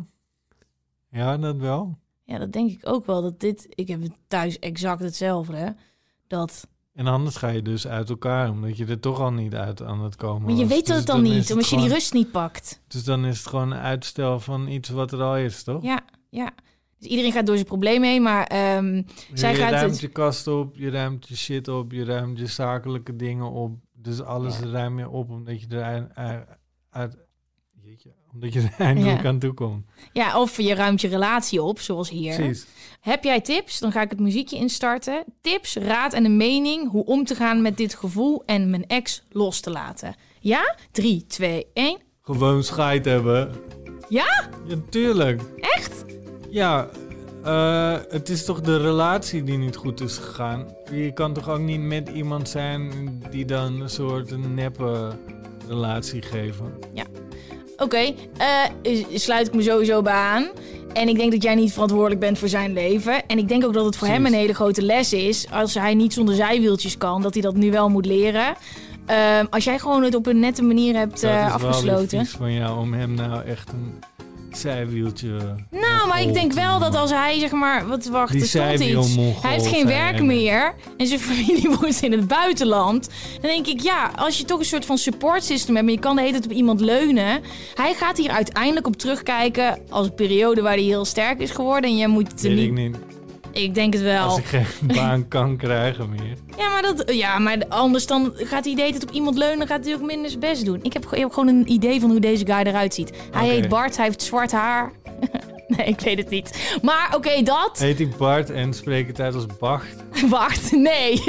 ja, dat wel. Ja, dat denk ik ook wel. Dat dit, ik heb het thuis exact hetzelfde. Dat, En anders ga je dus uit elkaar, omdat je er toch al niet uit aan het komen maar je was. weet dat Dus het dan is niet, het omdat je die gewoon- rust niet pakt. Dus dan is het gewoon een uitstel van iets wat er al is, toch? Ja, ja. Dus iedereen gaat door zijn probleem heen, maar ehm, Je, zij je gaat ruimt het- je kast op, je ruimt je shit op, je ruimt je zakelijke dingen op. Dus alles Ja. ruim je op, omdat je er eind- uit, uit, jeetje, omdat je er eindelijk Ja. aan toe komt. ja, of je ruimt je relatie op, zoals hier. Precies. Heb jij tips? Dan ga ik het muziekje instarten. Tips, raad en een mening hoe om te gaan met dit gevoel en mijn ex los te laten. Ja? drie, twee, één. Gewoon scheid hebben. Ja? Ja, tuurlijk. Echt? Ja, eh, het is toch de relatie die niet goed is gegaan. Je kan toch ook niet met iemand zijn die dan een soort een neppe relatie geven. Oké, eh, sluit ik me sowieso bij aan. En ik denk dat jij niet verantwoordelijk bent voor zijn leven. En ik denk ook dat het voor hem Precies. een hele grote les is. Als hij niet zonder zijwieltjes kan, dat hij dat nu wel moet leren. Ehm, als jij gewoon het op een nette manier hebt Dat eh, is wel afgesloten. weer vies van jou om hem nou echt een zijwieltje... Nou, maar ik denk wel dat als hij, zeg maar... Wat, wacht, Die er stond iets. zijwielmongool Hij heeft geen zijn. werk meer en zijn familie woont in het buitenland. Dan denk ik, ja, als je toch een soort van support system hebt... en je kan de hele tijd op iemand leunen... Hij gaat hier uiteindelijk op terugkijken als een periode waar hij heel sterk is geworden. En jij moet het er Weet niet... ik niet. Ik denk het wel. Als ik geen baan kan krijgen meer. Ja, maar dat, ja, maar anders dan gaat hij de hele tijd op iemand leunen... dan gaat hij ook minder zijn best doen. Ik heb, ik heb gewoon een idee van hoe deze guy eruit ziet. Hij Oké. heet Bart, hij heeft zwart haar. Nee, ik weet het niet. Maar oké, okay, dat... Heet hij Bart en spreek het uit als Bacht? Wacht, nee.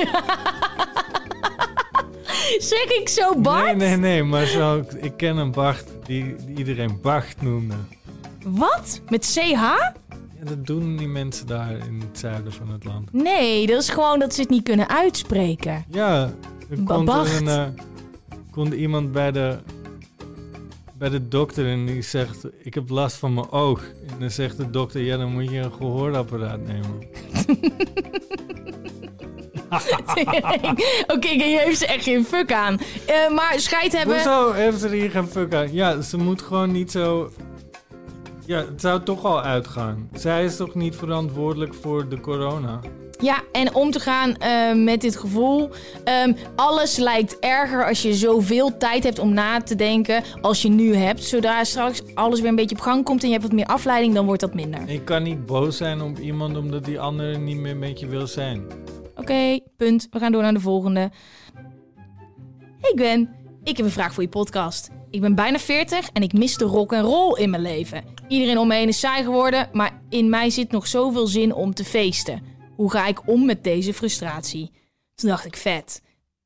Zeg ik zo Bart? Nee, nee, nee. Maar zo, ik ken een Bacht die, die iedereen Bacht noemde. Wat? Met C H? Ja, dat doen die mensen daar in het zuiden van het land. Nee, dat is gewoon dat ze het niet kunnen uitspreken. Ja, er komt Bacht. een, uh, komt iemand bij de, bij de dokter en die zegt... Ik heb last van mijn oog. En dan zegt de dokter... Ja, dan moet je een gehoorapparaat nemen. Oké, okay, je heeft ze echt geen fuck aan. Uh, maar scheid hebben... Hoezo heeft ze hier geen fuck aan? Ja, ze moet gewoon niet zo... Ja, het zou toch al uitgaan. Zij is toch niet verantwoordelijk voor de corona? Ja, en om te gaan uh, met dit gevoel. Um, alles lijkt erger als je zoveel tijd hebt om na te denken als je nu hebt. Zodra straks alles weer een beetje op gang komt en je hebt wat meer afleiding, dan wordt dat minder. Je kan niet boos zijn op iemand omdat die andere niet meer met je wil zijn. Oké, okay, punt. We gaan door naar de volgende. Hey Gwen, ik heb een vraag voor je podcast. Ik ben bijna veertig en ik mis de rock and roll in mijn leven. Iedereen om me heen is saai geworden, maar in mij zit nog zoveel zin om te feesten. Hoe ga ik om met deze frustratie? Toen dacht ik, vet.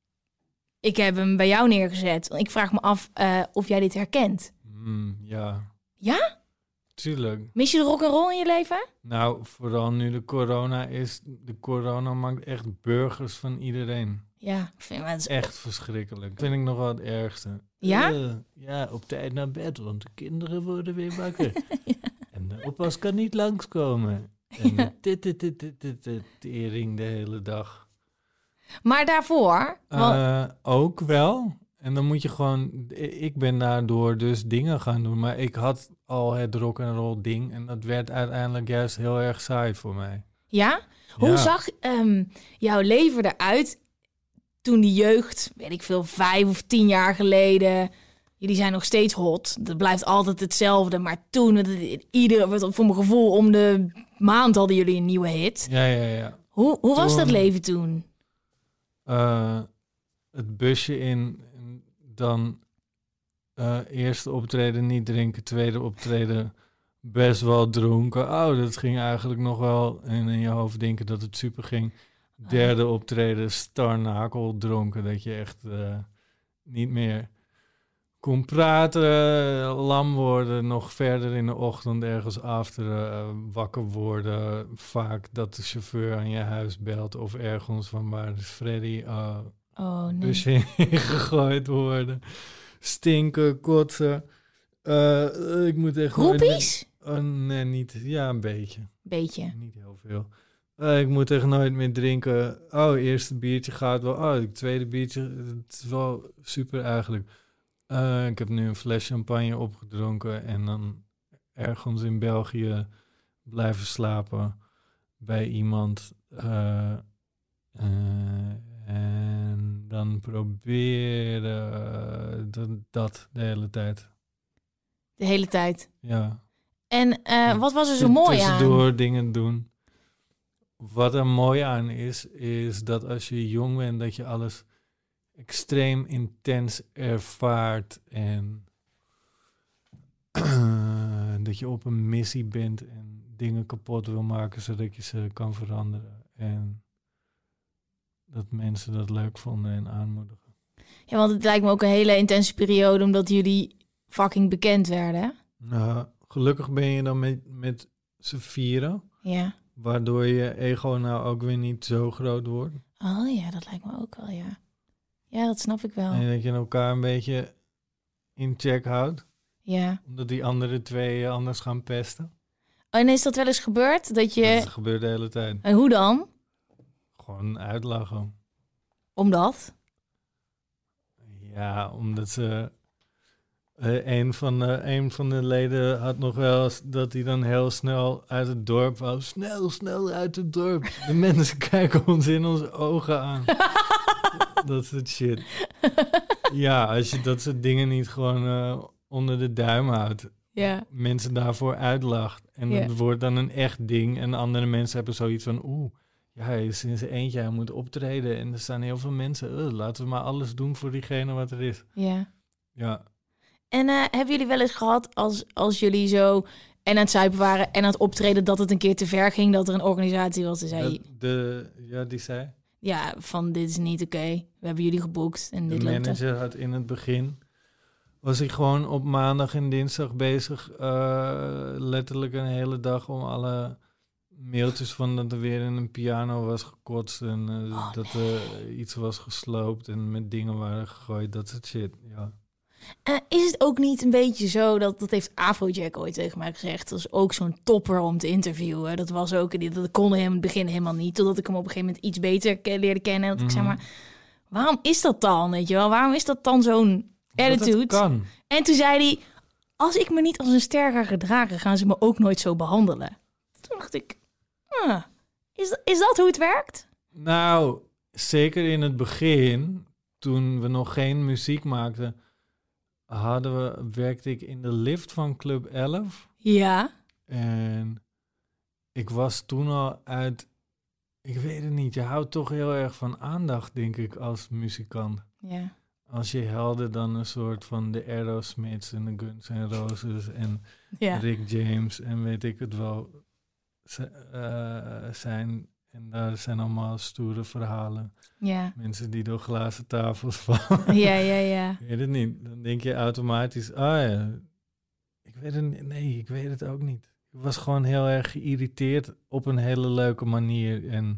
Ik heb hem bij jou neergezet. Ik vraag me af uh, of jij dit herkent. Mm, ja. Ja? Tuurlijk. Mis je de rock and roll in je leven? Nou, vooral nu de corona is. De corona maakt echt burgers van iedereen. Ja, ik vind het echt verschrikkelijk. Dat vind ik nog wel het ergste. Ja? Uh, ja, op tijd naar bed, want de kinderen worden weer wakker. Ja. En de oppas kan niet langskomen. En ja. dit, dit, dit, dit, dit, dit, tering de hele dag. Maar daarvoor? Want... Uh, ook wel. En dan moet je gewoon... Ik ben daardoor dus dingen gaan doen. Maar ik had al het rock'n'roll ding. En dat werd uiteindelijk juist heel erg saai voor mij. Ja? Hoe ja. zag um, jouw leven eruit toen die jeugd, weet ik veel, vijf of tien jaar geleden... Jullie zijn nog steeds hot. Dat blijft altijd hetzelfde. Maar toen, iedere, voor mijn gevoel, om de maand hadden jullie een nieuwe hit. Ja, ja, ja. Hoe, hoe toen, was dat leven toen? Uh, het busje in, dan uh, eerste optreden niet drinken, tweede optreden best wel dronken. Oh, dat ging eigenlijk nog wel. En in je hoofd denken dat het super ging. Derde optreden, starnakel dronken. Dat je echt uh, niet meer... kon praten, lam worden, nog verder in de ochtend ergens after uh, wakker worden. Vaak dat de chauffeur aan je huis belt of ergens van waar is Freddy uh, oh, nee. dus heen gegooid worden. Stinken, kotsen. Uh, ik moet echt... Groepies? Uh, nee, niet. Ja, een beetje. Beetje. Niet heel veel. Uh, ik moet echt nooit meer drinken. Oh, eerste biertje gaat wel. Oh, het tweede biertje, het is wel super eigenlijk. Uh, ik heb nu een fles champagne opgedronken en dan ergens in België blijven slapen bij iemand. Uh, uh, en dan proberen uh, dat, dat de hele tijd. De hele tijd? Ja. En uh, wat was er zo mooi aan? Tussendoor dingen doen. Wat er mooi aan is, is dat als je jong bent, dat je alles... extreem intens ervaart en uh, dat je op een missie bent en dingen kapot wil maken zodat je ze kan veranderen en dat mensen dat leuk vonden en aanmoedigen. Ja, want het lijkt me ook een hele intense periode omdat jullie fucking bekend werden. Nou, gelukkig ben je dan met, met z'n vieren, ja. waardoor je ego nou ook weer niet zo groot wordt. Oh ja, dat lijkt me ook wel, ja. Ja, dat snap ik wel. En dat je elkaar een beetje in check houdt. Ja. Omdat die andere twee anders gaan pesten. Oh, en is dat wel eens gebeurd? Dat je... Dat gebeurt de hele tijd. En hoe dan? Gewoon uitlachen. Omdat? Ja, omdat ze... Uh, een, van de, een van de leden had nog wel eens dat hij dan heel snel uit het dorp wou. Snel, snel uit het dorp. De mensen kijken ons in onze ogen aan. Dat soort shit. Ja, als je dat soort dingen niet gewoon uh, onder de duim houdt. Ja. Mensen daarvoor uitlacht. En ja. het wordt dan een echt ding. En andere mensen hebben zoiets van... Oeh, ja, hij is in zijn eentje, hij moet optreden. En er staan heel veel mensen. Uh, laten we maar alles doen voor diegene wat er is. Ja. Ja. En uh, hebben jullie wel eens gehad als, als jullie zo en aan het zuipen waren en aan het optreden dat het een keer te ver ging, dat er een organisatie was. Dus zei De, de, ja, die zei. ja, van dit is niet oké. Okay. We hebben jullie geboekt en dit De loopt manager had in het begin... was ik gewoon op maandag en dinsdag bezig... Uh, letterlijk een hele dag om alle mailtjes van dat er weer in een piano was gekotst... en uh, oh, dat nee. er iets was gesloopt en met dingen waren gegooid. Dat soort shit, ja. Uh, is het ook niet een beetje zo, dat, dat heeft Afrojack ooit tegen mij gezegd... dat is ook zo'n topper om te interviewen. Dat was ook, dat kon hem in het begin helemaal niet... totdat ik hem op een gegeven moment iets beter ke- leerde kennen. En dat Mm-hmm. ik zeg maar, waarom is dat dan, weet je wel? Waarom is dat dan zo'n attitude? Dat kan. En toen zei hij, als ik me niet als een ster ga gedragen... gaan ze me ook nooit zo behandelen. Toen dacht ik, ah, is, dat, is dat hoe het werkt? Nou, zeker in het begin, toen we nog geen muziek maakten... hadden we, werkte ik in de lift van Club elf. Ja. En ik was toen al uit... Ik weet het niet, je houdt toch heel erg van aandacht, denk ik, als muzikant. Ja. Als je helden dan een soort van de Aerosmiths en de Guns N' Roses en Ja. Rick James en weet ik het wel z- uh, zijn. En daar zijn allemaal stoere verhalen. Ja. Mensen die door glazen tafels vallen. Ja, ja, ja. Ik weet het niet. Dan denk je automatisch, ah ja, ik weet het niet. Nee, ik weet het ook niet. Ik was gewoon heel erg geïrriteerd op een hele leuke manier en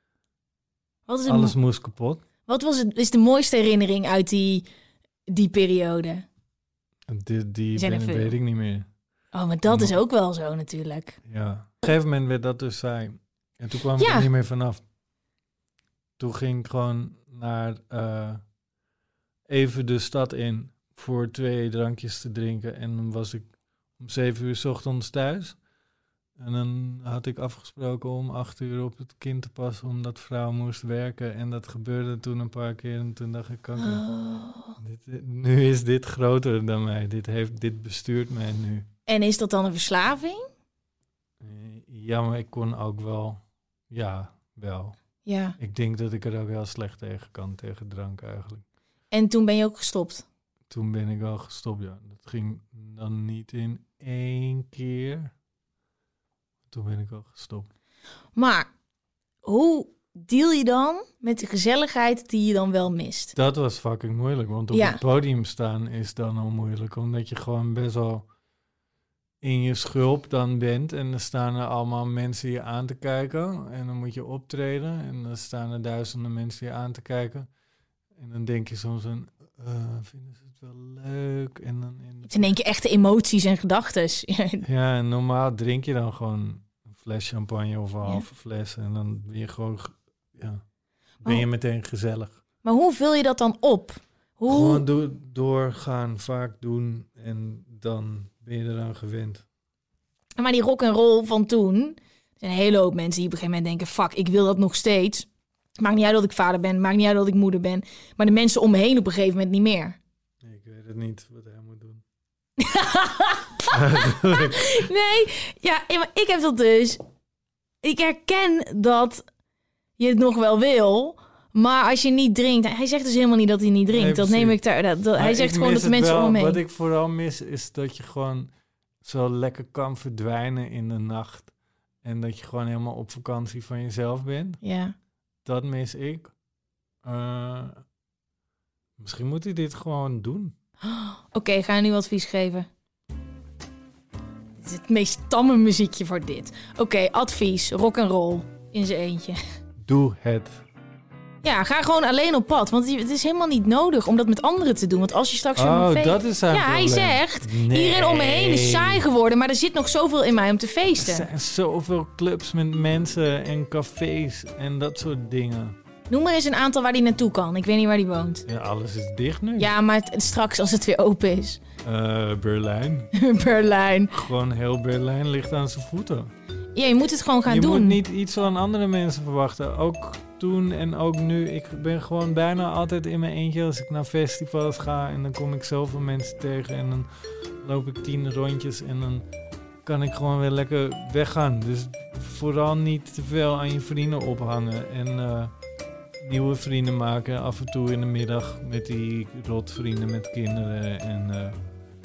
Wat is een alles moest kapot. Wat was het, is de mooiste herinnering uit die, die periode? Die, die zijn er ben, veel. weet ik niet meer. Oh, maar dat is ook wel zo natuurlijk. Ja. Op een gegeven moment werd dat dus saai. En toen kwam ik Ja. er niet meer vanaf. Toen ging ik gewoon naar uh, even de stad in voor twee drankjes te drinken. En dan was ik om zeven uur 's ochtends thuis. En dan had ik afgesproken om acht uur op het kind te passen, omdat vrouw moest werken. En dat gebeurde toen een paar keer. En toen dacht ik, kanker, Oh. dit, nu is dit groter dan mij. Dit, heeft, dit bestuurt mij nu. En is dat dan een verslaving? Eh, Ja, maar ik kon ook wel, ja, wel. Ja. Ik denk dat ik er ook heel slecht tegen kan, tegen drank eigenlijk. En toen ben je ook gestopt? Toen ben ik wel gestopt, ja. Dat ging dan niet in één keer. Toen ben ik wel gestopt. Maar hoe deal je dan met de gezelligheid die je dan wel mist? Dat was fucking moeilijk, want op Ja. het podium staan is dan al moeilijk. Omdat je gewoon best wel in je schulp dan bent. En dan staan er allemaal mensen je aan te kijken. En dan moet je optreden. En dan staan er duizenden mensen je aan te kijken. En dan denk je soms een, uh, vinden ze het wel leuk? En dan in Het zijn in één keer echte emoties en gedachten. Ja, en normaal drink je dan gewoon een fles champagne of een Ja. halve fles. En dan ben je gewoon, ge- ja, ben je Oh. meteen gezellig. Maar hoe vul je dat dan op? Hoe... Gewoon do- doorgaan, vaak doen en dan ben je eraan gewend. Maar die rock en roll van toen, er zijn een hele hoop mensen die op een gegeven moment denken, fuck, ik wil dat nog steeds. Maakt niet uit dat ik vader ben, maakt niet uit dat ik moeder ben. Maar de mensen om me heen op een gegeven moment niet meer. Nee, ik weet het niet wat hij moet doen. Nee, ja, maar ik heb dat dus. Ik herken dat je het nog wel wil, maar als je niet drinkt, hij zegt dus helemaal niet dat hij niet drinkt. Nee, dat neem precies. ik daar. Dat, dat- hij Maar zegt ik gewoon mis dat de het mensen wel. om me heen. Wat ik vooral mis is dat je gewoon zo lekker kan verdwijnen in de nacht. En dat je gewoon helemaal op vakantie van jezelf bent. Ja. Dat mis ik. Uh, misschien moet hij dit gewoon doen. Oké, okay, ga je nu advies geven? Dit is het meest tamme muziekje voor dit. Oké, okay, advies. Rock en roll in zijn eentje. Doe het. Ja, ga gewoon alleen op pad. Want het is helemaal niet nodig om dat met anderen te doen. Want als je straks weer Oh, mag feesten... dat is zijn Ja, hij probleem. zegt, Nee. iedereen om me heen is saai geworden. Maar er zit nog zoveel in mij om te Er feesten. zijn zoveel clubs met mensen en cafés en dat soort dingen. Noem maar eens een aantal waar hij naartoe kan. Ik weet niet waar hij woont. Ja, alles is dicht nu. Ja, maar het- straks als het weer open is. Uh, Berlijn. Berlijn. Gewoon heel Berlijn ligt aan zijn voeten. Ja, je moet het gewoon gaan je doen. moet niet iets van andere mensen verwachten. Ook toen en ook nu. Ik ben gewoon bijna altijd in mijn eentje als ik naar festivals ga. En dan kom ik zoveel mensen tegen. En dan loop ik tien rondjes. En dan kan ik gewoon weer lekker weggaan. Dus vooral niet te veel aan je vrienden ophangen. En uh, nieuwe vrienden maken. Af en toe in de middag met die rotvrienden met kinderen. En uh,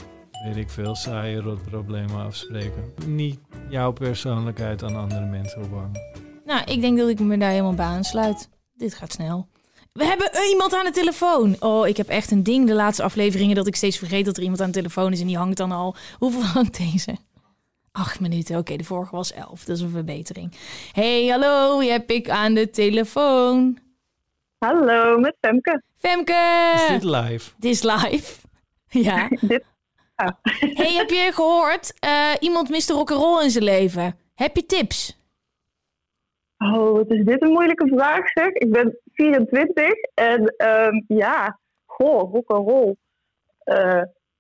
weet ik veel, saaie rotproblemen afspreken. Niet jouw persoonlijkheid aan andere mensen ophangen. Nou, ik denk dat ik me daar helemaal bij aansluit. Dit gaat snel. We hebben iemand aan de telefoon. Oh, ik heb echt een ding de laatste afleveringen dat ik steeds vergeet dat er iemand aan de telefoon is en die hangt dan al. Hoeveel hangt deze? Acht minuten. Oké, okay, de vorige was elf. Dat is een verbetering. Hey, hallo, je heb ik aan de telefoon. Hallo, met Femke. Femke! Is dit live? Dit is live. Ja. dit, ja. Hey, heb je gehoord? Uh, iemand mist de rock'n'roll in zijn leven. Heb je tips? Oh, wat is dit een moeilijke vraag, zeg. Ik ben vierentwintig en um, ja, goh, rock'n'roll. Uh,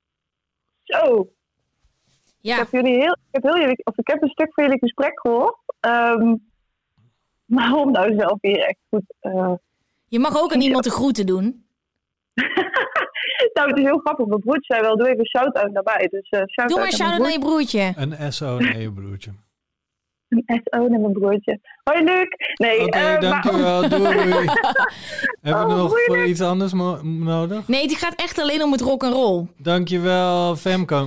zo. Ja. Ik heb jullie heel, ik heb heel jullie, of ik heb een stuk van jullie gesprek gehoord. Um, maar om nou zelf hier echt goed... Uh, je mag ook aan iemand de groeten doen. Nou, het is heel grappig. Mijn broertje zei wel, doe even een shout-out naar mij. Dus, uh, shout doe maar een shout-out naar je broertje. Een S O naar je broertje. Een S O naar mijn broertje. Hoi, Luc. Nee, Oké, okay, uh, dankjewel. Maar... Doei. Hebben we oh, nog moeilijk. voor iets anders mo- nodig? Nee, die gaat echt alleen om het rock'n'roll. Dankjewel, Femke.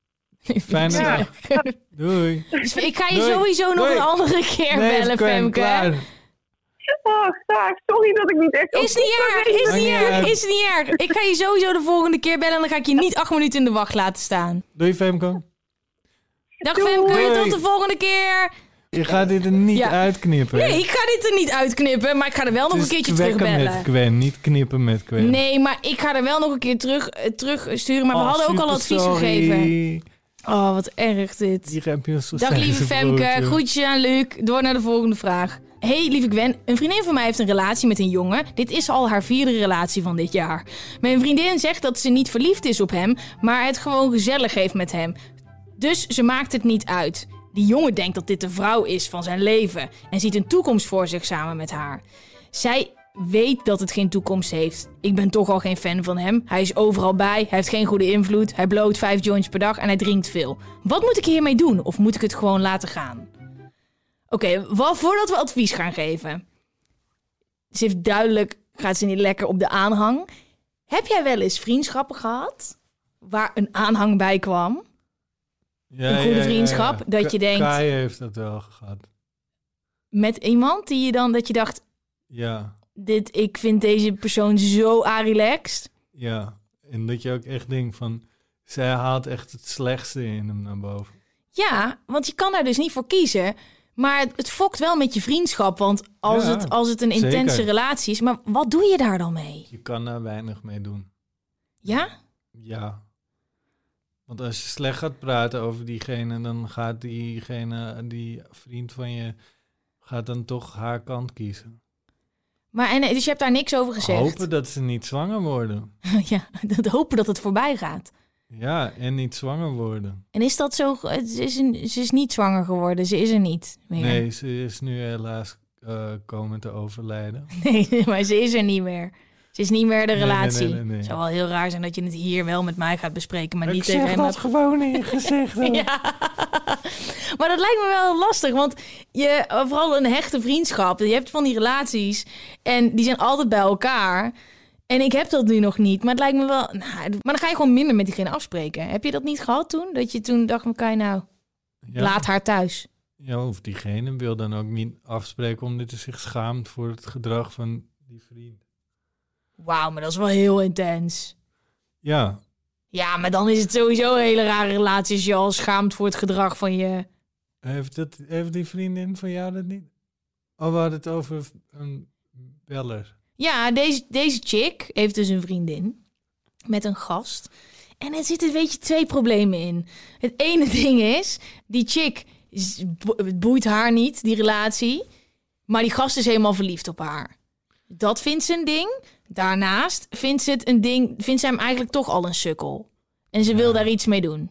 Fijne ja. dag. Doei. Dus ik ga je Doei. sowieso nog Doei. een andere keer nee, bellen, Femke. Klaar. Oh, graag. Sorry dat ik niet echt... Is niet erg, is niet erg, is niet erg. Ik ga je sowieso de volgende keer bellen en dan ga ik je niet acht minuten in de wacht laten staan. Doei, Femke. Dag Doei. Femke, Doei. tot de volgende keer. Je gaat dit er niet Ja. uitknippen. Nee, ik ga dit er niet uitknippen, maar ik ga er wel nog een keertje terugbellen. met Gwen, niet knippen met Gwen. Nee, maar ik ga er wel nog een keer terug, uh, terug sturen. Maar we oh, hadden ook al super advies sorry. gegeven. Oh, wat erg dit. Hier heb je een zo Dag lieve stijve Femke, broodje. groetjes aan Luc. Door naar de volgende vraag. Hey lieve Gwen, een vriendin van mij heeft een relatie met een jongen. Dit is al haar vierde relatie van dit jaar. Mijn vriendin zegt dat ze niet verliefd is op hem, maar het gewoon gezellig heeft met hem. Dus ze maakt het niet uit. Die jongen denkt dat dit de vrouw is van zijn leven en ziet een toekomst voor zich samen met haar. Zij weet dat het geen toekomst heeft. Ik ben toch al geen fan van hem. Hij is overal bij, hij heeft geen goede invloed, hij bloot vijf joints per dag en hij drinkt veel. Wat moet ik hiermee doen of moet ik het gewoon laten gaan? Oké, okay, voordat we advies gaan geven. Ze heeft duidelijk, gaat ze niet lekker op de aanhang. Heb jij wel eens vriendschappen gehad waar een aanhang bij kwam? Ja, een goede ja, vriendschap, ja, ja. dat je denkt... Kai heeft dat wel gehad. Met iemand die je dan, dat je dacht... Ja. Dit, ik vind deze persoon zo a-relaxed. Ja, en dat je ook echt denkt van... Zij haalt echt het slechtste in hem naar boven. Ja, want je kan daar dus niet voor kiezen... Maar het, het fokt wel met je vriendschap. Want als, ja, het, als het een intense zeker. relatie is... Maar wat doe je daar dan mee? Je kan daar weinig mee doen. Ja? Ja. Want als je slecht gaat praten over diegene... dan gaat diegene, die vriend van je... gaat dan toch haar kant kiezen. Maar en, dus je hebt daar niks over gezegd? Hopen dat ze niet zwanger worden. Ja, dat hopen dat het voorbij gaat. Ja, en niet zwanger worden. En is dat zo? Ze is, een, ze is niet zwanger geworden. Ze is er niet meer. Nee, ze is nu helaas uh, komen te overlijden. Nee, maar ze is er niet meer. Ze is niet meer de Nee, relatie. nee, nee, nee, nee. Het zou wel heel raar zijn dat je het hier wel met mij gaat bespreken, maar Ik niet zeg tegen hem. dat gewoon in je gezicht. Hoor. Ja. Maar dat lijkt me wel lastig, want je, vooral een hechte vriendschap. Je hebt van die relaties en die zijn altijd bij elkaar. En ik heb dat nu nog niet, maar het lijkt me wel... Nou, maar dan ga je gewoon minder met diegene afspreken. Heb je dat niet gehad toen? Dat je toen dacht, Kai, nou, Ja. laat haar thuis. Ja, of diegene wil dan ook niet afspreken omdat hij zich schaamt voor het gedrag van die vriend. Wauw, maar dat is wel heel intens. Ja, Ja, maar dan is het sowieso een hele rare relatie als je al schaamt voor het gedrag van je... heeft, dat, heeft die vriendin van jou dat niet? Oh, we hadden het over een beller. Ja, deze, deze chick heeft dus een vriendin met een gast. En er zitten, weet je, twee problemen in. Het ene ding is, die chick, is- bo- het boeit haar niet, die relatie. Maar die gast is helemaal verliefd op haar. Dat vindt ze een ding. Daarnaast vindt ze het een ding, vindt ze hem eigenlijk toch al een sukkel. En ze wil Ja. daar iets mee doen.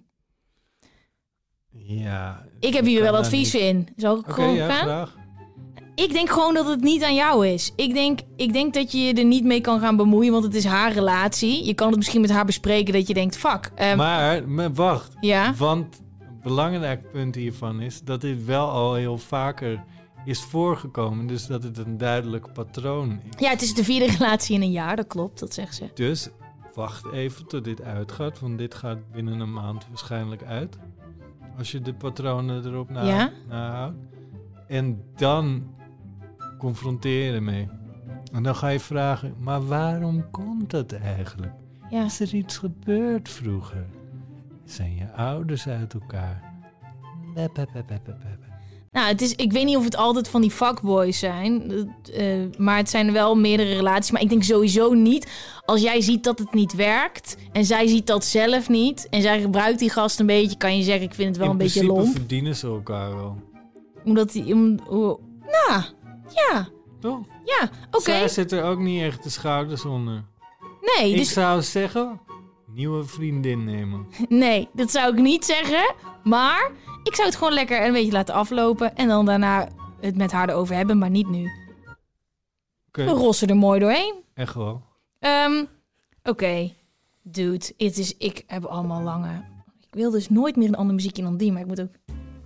Ja. Ik heb hier kan wel daar advies niet- in. Zal ik Oké, gewoon ja, gaan? graag. Ik denk gewoon dat het niet aan jou is. Ik denk, ik denk dat je je er niet mee kan gaan bemoeien, want het is haar relatie. Je kan het misschien met haar bespreken dat je denkt, fuck. ehm, Maar, maar wacht. ja, Want een belangrijk punt hiervan is dat dit wel al heel vaker is voorgekomen. Dus dat het een duidelijk patroon is. ja, het is de vierde relatie in een jaar, dat klopt, dat zegt ze. Dus wacht even tot dit uitgaat, want dit gaat binnen een maand waarschijnlijk uit. Als je de patronen erop na, Ja? nahoudt. En dan confronteer je ermee. En dan ga je vragen, maar waarom komt dat eigenlijk? Ja. Is er iets gebeurd vroeger? Zijn je ouders uit elkaar? Bep, bep, bep, bep, bep, bep. Nou, het is, ik weet niet of het altijd van die fuckboys zijn. Uh, maar het zijn wel meerdere relaties. Maar ik denk sowieso niet. Als jij ziet dat het niet werkt. En zij ziet dat zelf niet. En zij gebruikt die gast een beetje. Kan je zeggen, ik vind het wel In een beetje principe lomp. verdienen ze elkaar wel. Omdat die... Om, oh, nou, ja. Toch? Ja, oké. Okay. Zij zit er ook niet echt de schouders onder. Nee, ik dus... zou zeggen, nieuwe vriendin nemen. Nee, dat zou ik niet zeggen. Maar ik zou het gewoon lekker een beetje laten aflopen. En dan daarna het met haar erover hebben, maar niet nu. Okay. We rossen er mooi doorheen. Echt wel. Um, Oké, okay. Dude, het is, ik heb allemaal lange... Ik wil dus nooit meer een andere muziekje dan die, maar ik moet ook...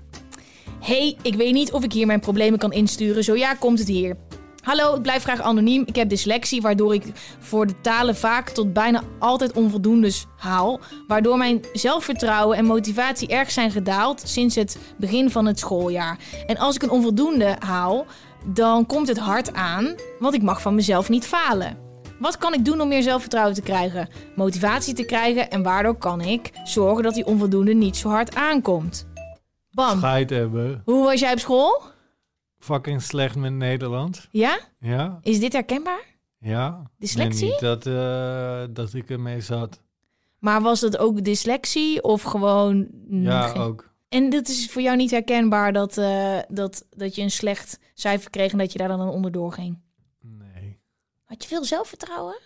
Hey, ik weet niet of ik hier mijn problemen kan insturen. Zo ja, komt het hier. Hallo, ik blijf graag anoniem. Ik heb dyslexie, waardoor ik voor de talen vaak tot bijna altijd onvoldoendes haal. Waardoor mijn zelfvertrouwen en motivatie erg zijn gedaald sinds het begin van het schooljaar. En als ik een onvoldoende haal, dan komt het hard aan, want ik mag van mezelf niet falen. Wat kan ik doen om meer zelfvertrouwen te krijgen, motivatie te krijgen en waardoor kan ik zorgen dat die onvoldoende niet zo hard aankomt? Bam. Scheid hebben. Hoe was jij op school? Fucking slecht met Nederlands. Ja? Ja. Is dit herkenbaar? Ja. Dyslexie? Nee, niet dat, uh, dat ik ermee zat. Maar was dat ook dyslexie of gewoon... Ja, geen... ook. En dat is voor jou niet herkenbaar dat, uh, dat, dat je een slecht cijfer kreeg en dat je daar dan onderdoor ging? Nee. Had je veel zelfvertrouwen?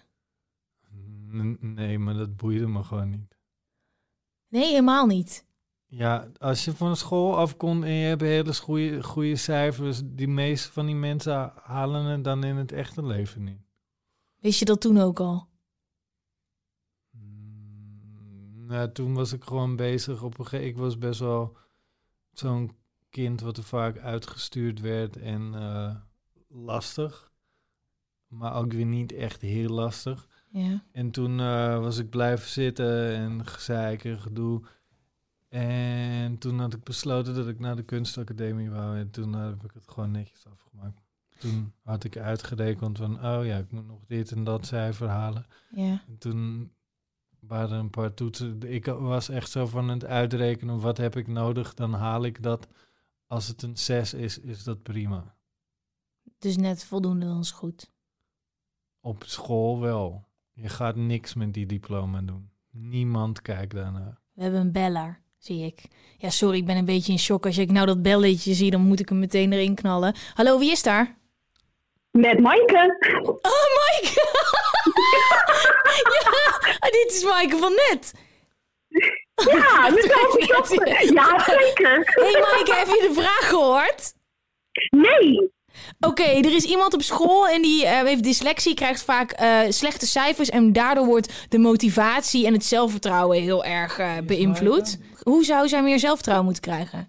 N- nee, maar dat boeide me gewoon niet. Nee, helemaal niet. Ja, als je van school afkomt en je hebt hele goede, goede cijfers, die meeste van die mensen halen het dan in het echte leven niet. Wist je dat toen ook al? Mm, nou, toen was ik gewoon bezig. Op een gegeven ik was best wel zo'n kind wat er vaak uitgestuurd werd en uh, lastig. Maar ook weer niet echt heel lastig. Ja. En toen uh, was ik blijven zitten en gezeik en gedoe. En toen had ik besloten dat ik naar de kunstacademie wou. En toen uh, heb ik het gewoon netjes afgemaakt. Toen had ik uitgerekend van, oh ja, ik moet nog dit en dat cijfer halen. Ja. En toen waren er een paar toetsen. Ik was echt zo van het uitrekenen, wat heb ik nodig? Dan haal ik dat. Als het een zes is, is dat prima. Dus net voldoende, dan is goed. Op school wel. Je gaat niks met die diploma doen. Niemand kijkt daarnaar. We hebben een beller, zie ik. Ja, sorry, ik ben een beetje in shock. Als ik nou dat belletje zie, dan moet ik hem meteen erin knallen. Hallo, wie is daar? Met Maaike. Oh, Maaike! Ja, dit is Maaike van net. Ja, dezelfde. Ja, zeker. Hey Maaike, heb je de vraag gehoord? Nee. Oké, okay, er is iemand op school en die uh, heeft dyslexie, krijgt vaak uh, slechte cijfers en daardoor wordt de motivatie en het zelfvertrouwen heel erg uh, beïnvloed. Hoe zou zij meer zelfvertrouwen moeten krijgen?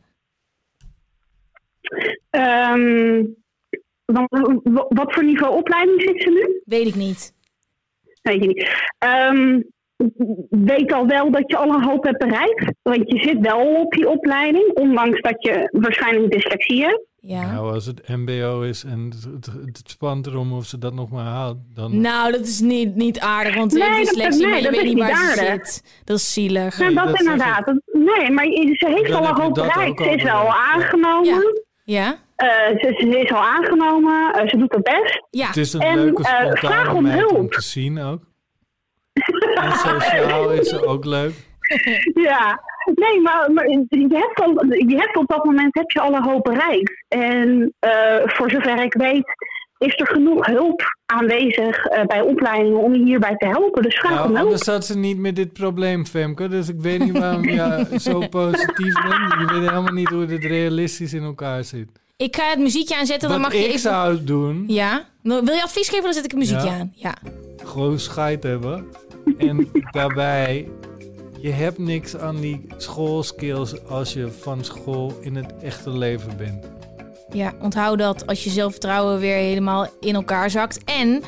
Um, wat, wat voor niveau opleiding zit ze nu? Weet ik niet. Weet je niet. Um, weet al wel dat je al een hoop hebt bereikt. Want je zit wel op die opleiding, ondanks dat je waarschijnlijk dyslexie hebt. Ja. Nou, als het mbo is en het, het, het spant erom of ze dat nog maar haalt, dan... Nou, dat is niet, niet aardig, want ze nee, heeft dyslexie, nee, maar je dat weet is niet waar niet ze aardig. zit. Dat is zielig. Nou, dat, dat inderdaad. Dat, nee, maar ze heeft Dan al heb een je hoop dat bereikt. ook Ze al is al bereikt, ja. aangenomen. Ja? Uh, ze, ze is al aangenomen. Uh, ze doet het best. Ja. Het is een En, leuke, uh, spontane vraag om meid hulp. om te zien ook. En sociaal is ze ook leuk. Ja, nee, maar, maar je, hebt al, je hebt op dat moment heb je al een hoop bereikt. En uh, voor zover ik weet is er genoeg hulp aanwezig uh, bij opleidingen om je hierbij te helpen. Dus vraag Nou, om hulp. anders zat ze niet met dit probleem, Femke. Dus ik weet niet waarom je zo positief bent. Je weet helemaal niet hoe dit realistisch in elkaar zit. Ik ga het muziekje aanzetten, dan Wat mag je ik even... zou doen, Ja? Wil je advies geven, dan zet ik een muziekje Ja. aan. Ja. gewoon scheid hebben. En daarbij, je hebt niks aan die schoolskills als je van school in het echte leven bent. Ja, onthoud dat als je zelfvertrouwen weer helemaal in elkaar zakt. En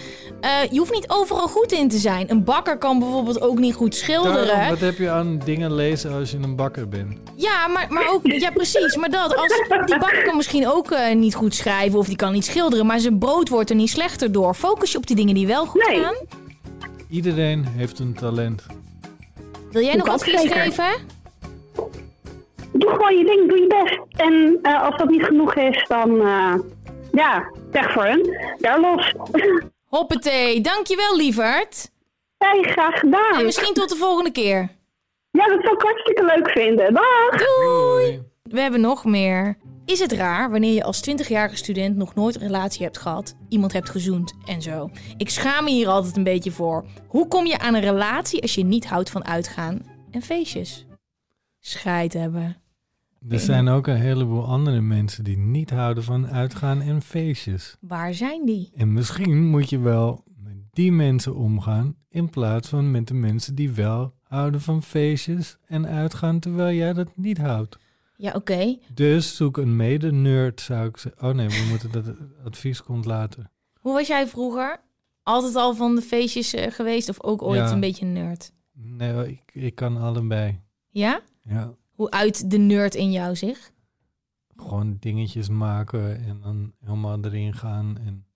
Uh, je hoeft niet overal goed in te zijn. Een bakker kan bijvoorbeeld ook niet goed schilderen. Daarom, wat heb je aan dingen lezen als je een bakker bent? Ja, maar, maar ook... Ja, precies. Maar dat, als, die bakker kan misschien ook uh, niet goed schrijven of die kan niet schilderen. Maar zijn brood wordt er niet slechter door. Focus je op die dingen die wel goed Nee. gaan. Iedereen heeft een talent. Wil jij nog Dat advies zeker. geven? Doe gewoon je ding, doe je best. En uh, als dat niet genoeg is, dan... Uh, ja, weg voor hun. Daar los. Hoppatee. Dankjewel, lieverd. Hey, graag gedaan. En misschien tot de volgende keer. Ja, dat zou ik hartstikke leuk vinden. Dag! Doei. We hebben nog meer. Is het raar wanneer je als twintigjarige student nog nooit een relatie hebt gehad, iemand hebt gezoend en zo? Ik schaam me hier altijd een beetje voor. Hoe kom je aan een relatie als je niet houdt van uitgaan en feestjes? Scheid hebben. Er zijn ook een heleboel andere mensen die niet houden van uitgaan en feestjes. Waar zijn die? En misschien moet je wel met die mensen omgaan in plaats van met de mensen die wel houden van feestjes en uitgaan terwijl jij dat niet houdt. Ja, oké. Okay. Dus zoek een mede-nerd, zou ik zeggen. Oh nee, we moeten dat advies komt later. Hoe was jij vroeger? Altijd al van de feestjes uh, geweest of ook ooit ja. een beetje een nerd? Nee, ik, ik kan allebei. Ja? Ja. Hoe uit de nerd in jou zich? Gewoon dingetjes maken en dan helemaal erin gaan en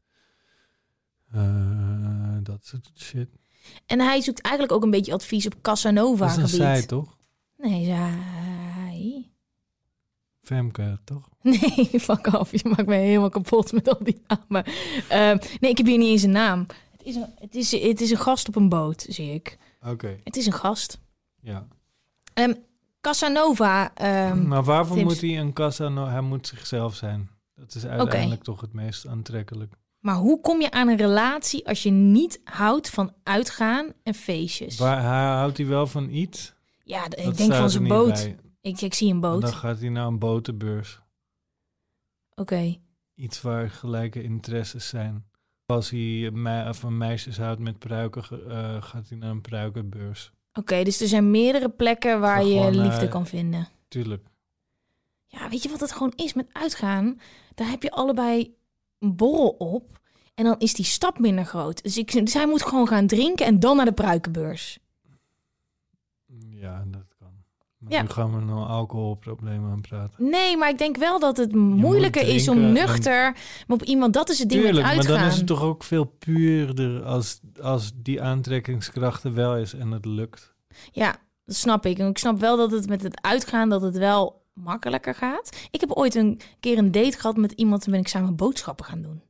uh, dat soort shit. En hij zoekt eigenlijk ook een beetje advies op Casanova-gebied. Dat is een zij, toch? Nee, zij... Femke, toch? Nee, fuck af. Je maakt mij helemaal kapot met al die namen. Uh, nee, ik heb hier niet eens een naam. Het is een, het is, het is een gast op een boot, zie ik. Oké. Okay. Het is een gast. Ja. Um, Casanova... Um, maar waarvoor tips. moet hij een Casanova... Hij moet zichzelf zijn. Dat is uiteindelijk okay. toch het meest aantrekkelijk. Maar hoe kom je aan een relatie als je niet houdt van uitgaan en feestjes? Waar, houdt hij wel van iets? Ja, ik dat denk van zijn boot. Bij. Ik, ik zie een boot. En dan gaat hij naar een botenbeurs. Oké. Okay. Iets waar gelijke interesses zijn. Als hij me- van meisjes houdt met pruiken, uh, gaat hij naar een pruikenbeurs. Oké, okay, dus er zijn meerdere plekken waar je gewoon, liefde uh, kan vinden. Tuurlijk. Ja, weet je wat het gewoon is met uitgaan? Daar heb je allebei een borrel op en dan is die stap minder groot. Dus, ik, dus hij moet gewoon gaan drinken en dan naar de pruikenbeurs. Ja, dat kan. Maar ja. nu gaan we nou alcoholproblemen aan praten. Nee, maar ik denk wel dat het je moeilijker is om nuchter... En... Maar op iemand, dat is het ding Tuurlijk, met uitgaan. Maar dan is het toch ook veel puurder als, als die aantrekkingskracht er wel is en het lukt. Ja, dat snap ik. En ik snap wel dat het met het uitgaan, dat het wel makkelijker gaat. Ik heb ooit een keer een date gehad met iemand en ben ik samen boodschappen gaan doen.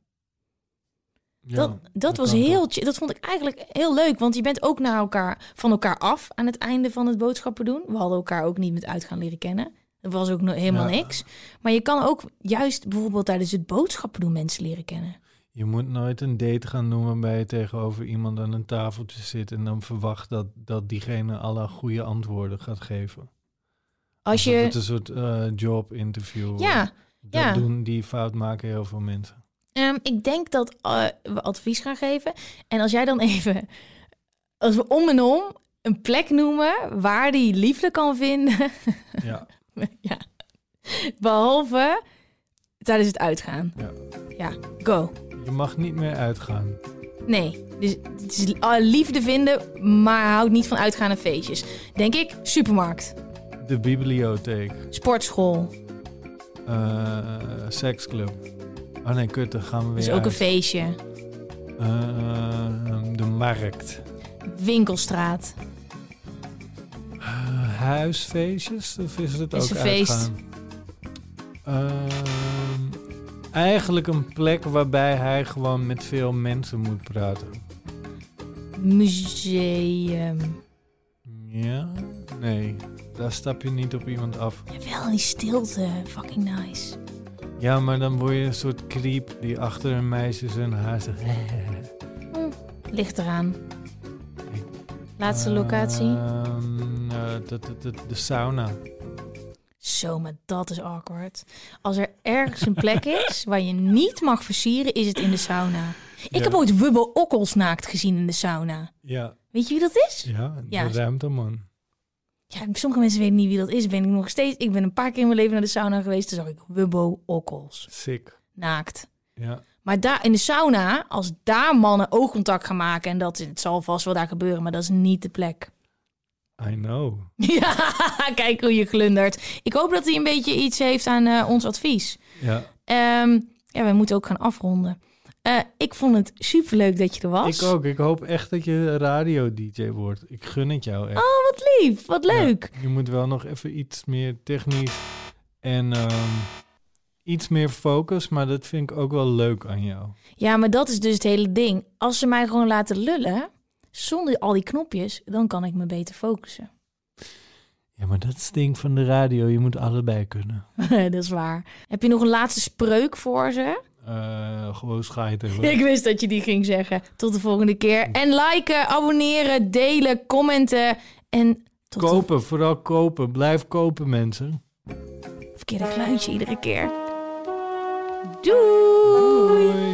Ja, dat dat, dat was heel, toch. Dat vond ik eigenlijk heel leuk, want je bent ook naar elkaar, van elkaar af aan het einde van het boodschappen doen. We hadden elkaar ook niet met uitgaan leren kennen. Dat was ook no- helemaal ja. niks. Maar je kan ook juist bijvoorbeeld tijdens het boodschappen doen mensen leren kennen. Je moet nooit een date gaan doen waarbij je tegenover iemand aan een tafeltje zit en dan verwacht dat, dat diegene alle goede antwoorden gaat geven. Als je... Het is een soort uh, job interview. Ja. Dat ja. doen, die fout maken heel veel mensen. Um, ik denk dat uh, we advies gaan geven. En als jij dan even, als we om en om een plek noemen waar die liefde kan vinden. Ja. ja. Behalve tijdens het uitgaan. Ja. Ja, go. Je mag niet meer uitgaan. Nee, dus het is uh, liefde vinden, maar houdt niet van uitgaan en feestjes. Denk ik, supermarkt. De bibliotheek. Sportschool. Uh, seksclub. Oh nee, kut, dan gaan we weer Dat is ook uit. een feestje. Uh, de markt. Winkelstraat. Uh, huisfeestjes? Of is het is ook een feest. Uh, eigenlijk een plek waarbij hij gewoon met veel mensen moet praten. Museum. Ja? Nee, daar stap je niet op iemand af. Jawel, die stilte. Fucking nice. Ja, maar dan word je een soort creep die achter een meisje zijn haar zegt. Hm, ligt eraan. Laatste locatie? Uh, uh, de, de, de, de sauna. Zo, maar dat is awkward. Als er ergens een plek is waar je niet mag versieren, is het in de sauna. Ik ja. heb ooit Wubbo Okkels naakt gezien in de sauna. Ja. Weet je wie dat is? Ja, de ja. ruimteman. Ja, sommige mensen weten niet wie dat is. Ben ik nog steeds. Ik ben een paar keer in mijn leven naar de sauna geweest. Toen zag ik Wubbo Okkels. Sick. Naakt. Ja. Maar daar in de sauna, als daar mannen oogcontact gaan maken... en dat het zal vast wel daar gebeuren, maar dat is niet de plek. I know. Ja, kijk hoe je glundert. Ik hoop dat hij een beetje iets heeft aan uh, ons advies. Ja. Um, ja, we moeten ook gaan afronden. Uh, ik vond het superleuk dat je er was. Ik ook. Ik hoop echt dat je radio-D J wordt. Ik gun het jou echt. Oh, wat lief. Wat leuk. Ja, je moet wel nog even iets meer technisch en um, iets meer focus. Maar dat vind ik ook wel leuk aan jou. Ja, maar dat is dus het hele ding. Als ze mij gewoon laten lullen, zonder al die knopjes, dan kan ik me beter focussen. Ja, maar dat is het ding van de radio. Je moet allebei kunnen. Dat is waar. Heb je nog een laatste spreuk voor ze? Uh, gewoon scheiden. Ik wist dat je die ging zeggen. Tot de volgende keer. En liken, abonneren, delen, commenten. En tot kopen, de... vooral kopen. Blijf kopen, mensen. Verkeerde geluidje iedere keer. Doei! Doei.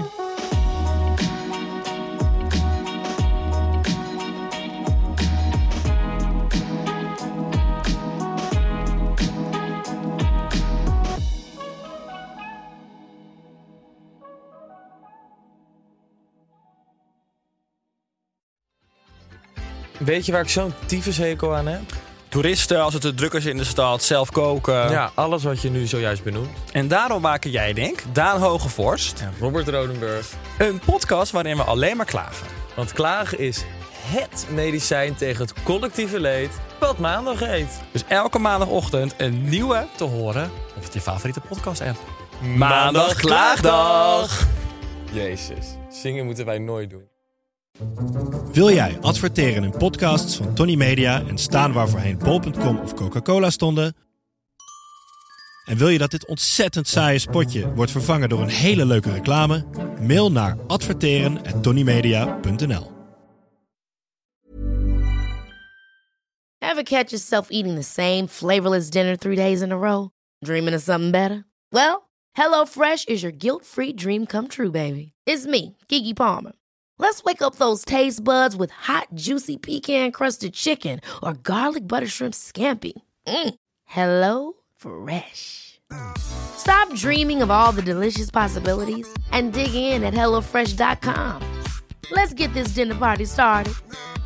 Weet je waar ik zo'n tyfushekel aan heb? Toeristen, als het te druk is in de stad, zelf koken. Ja, alles wat je nu zojuist benoemt. En daarom maken jij, denk Daan Hogevorst en Robert Rodenburg een podcast waarin we alleen maar klagen. Want klagen is het medicijn tegen het collectieve leed wat maandag heet. Dus elke maandagochtend een nieuwe te horen op het je favoriete podcast-app. Maandag Klaagdag! Jezus, zingen moeten wij nooit doen. Wil jij adverteren in podcasts van Tony Media en staan waar voorheen bol punt com of Coca-Cola stonden? En wil je dat dit ontzettend saaie spotje wordt vervangen door een hele leuke reclame? Mail naar adverteren at tonymedia punt n l. Ever catch yourself eating the same flavorless dinner three days in a row? Dreaming of something better? Well, HelloFresh is your guilt-free dream come true, baby. It's me, Keke Palmer. Let's wake up those taste buds with hot, juicy pecan-crusted chicken or garlic butter shrimp scampi. Mm. Hello Fresh. Stop dreaming of all the delicious possibilities and dig in at hello fresh dot com. Let's get this dinner party started.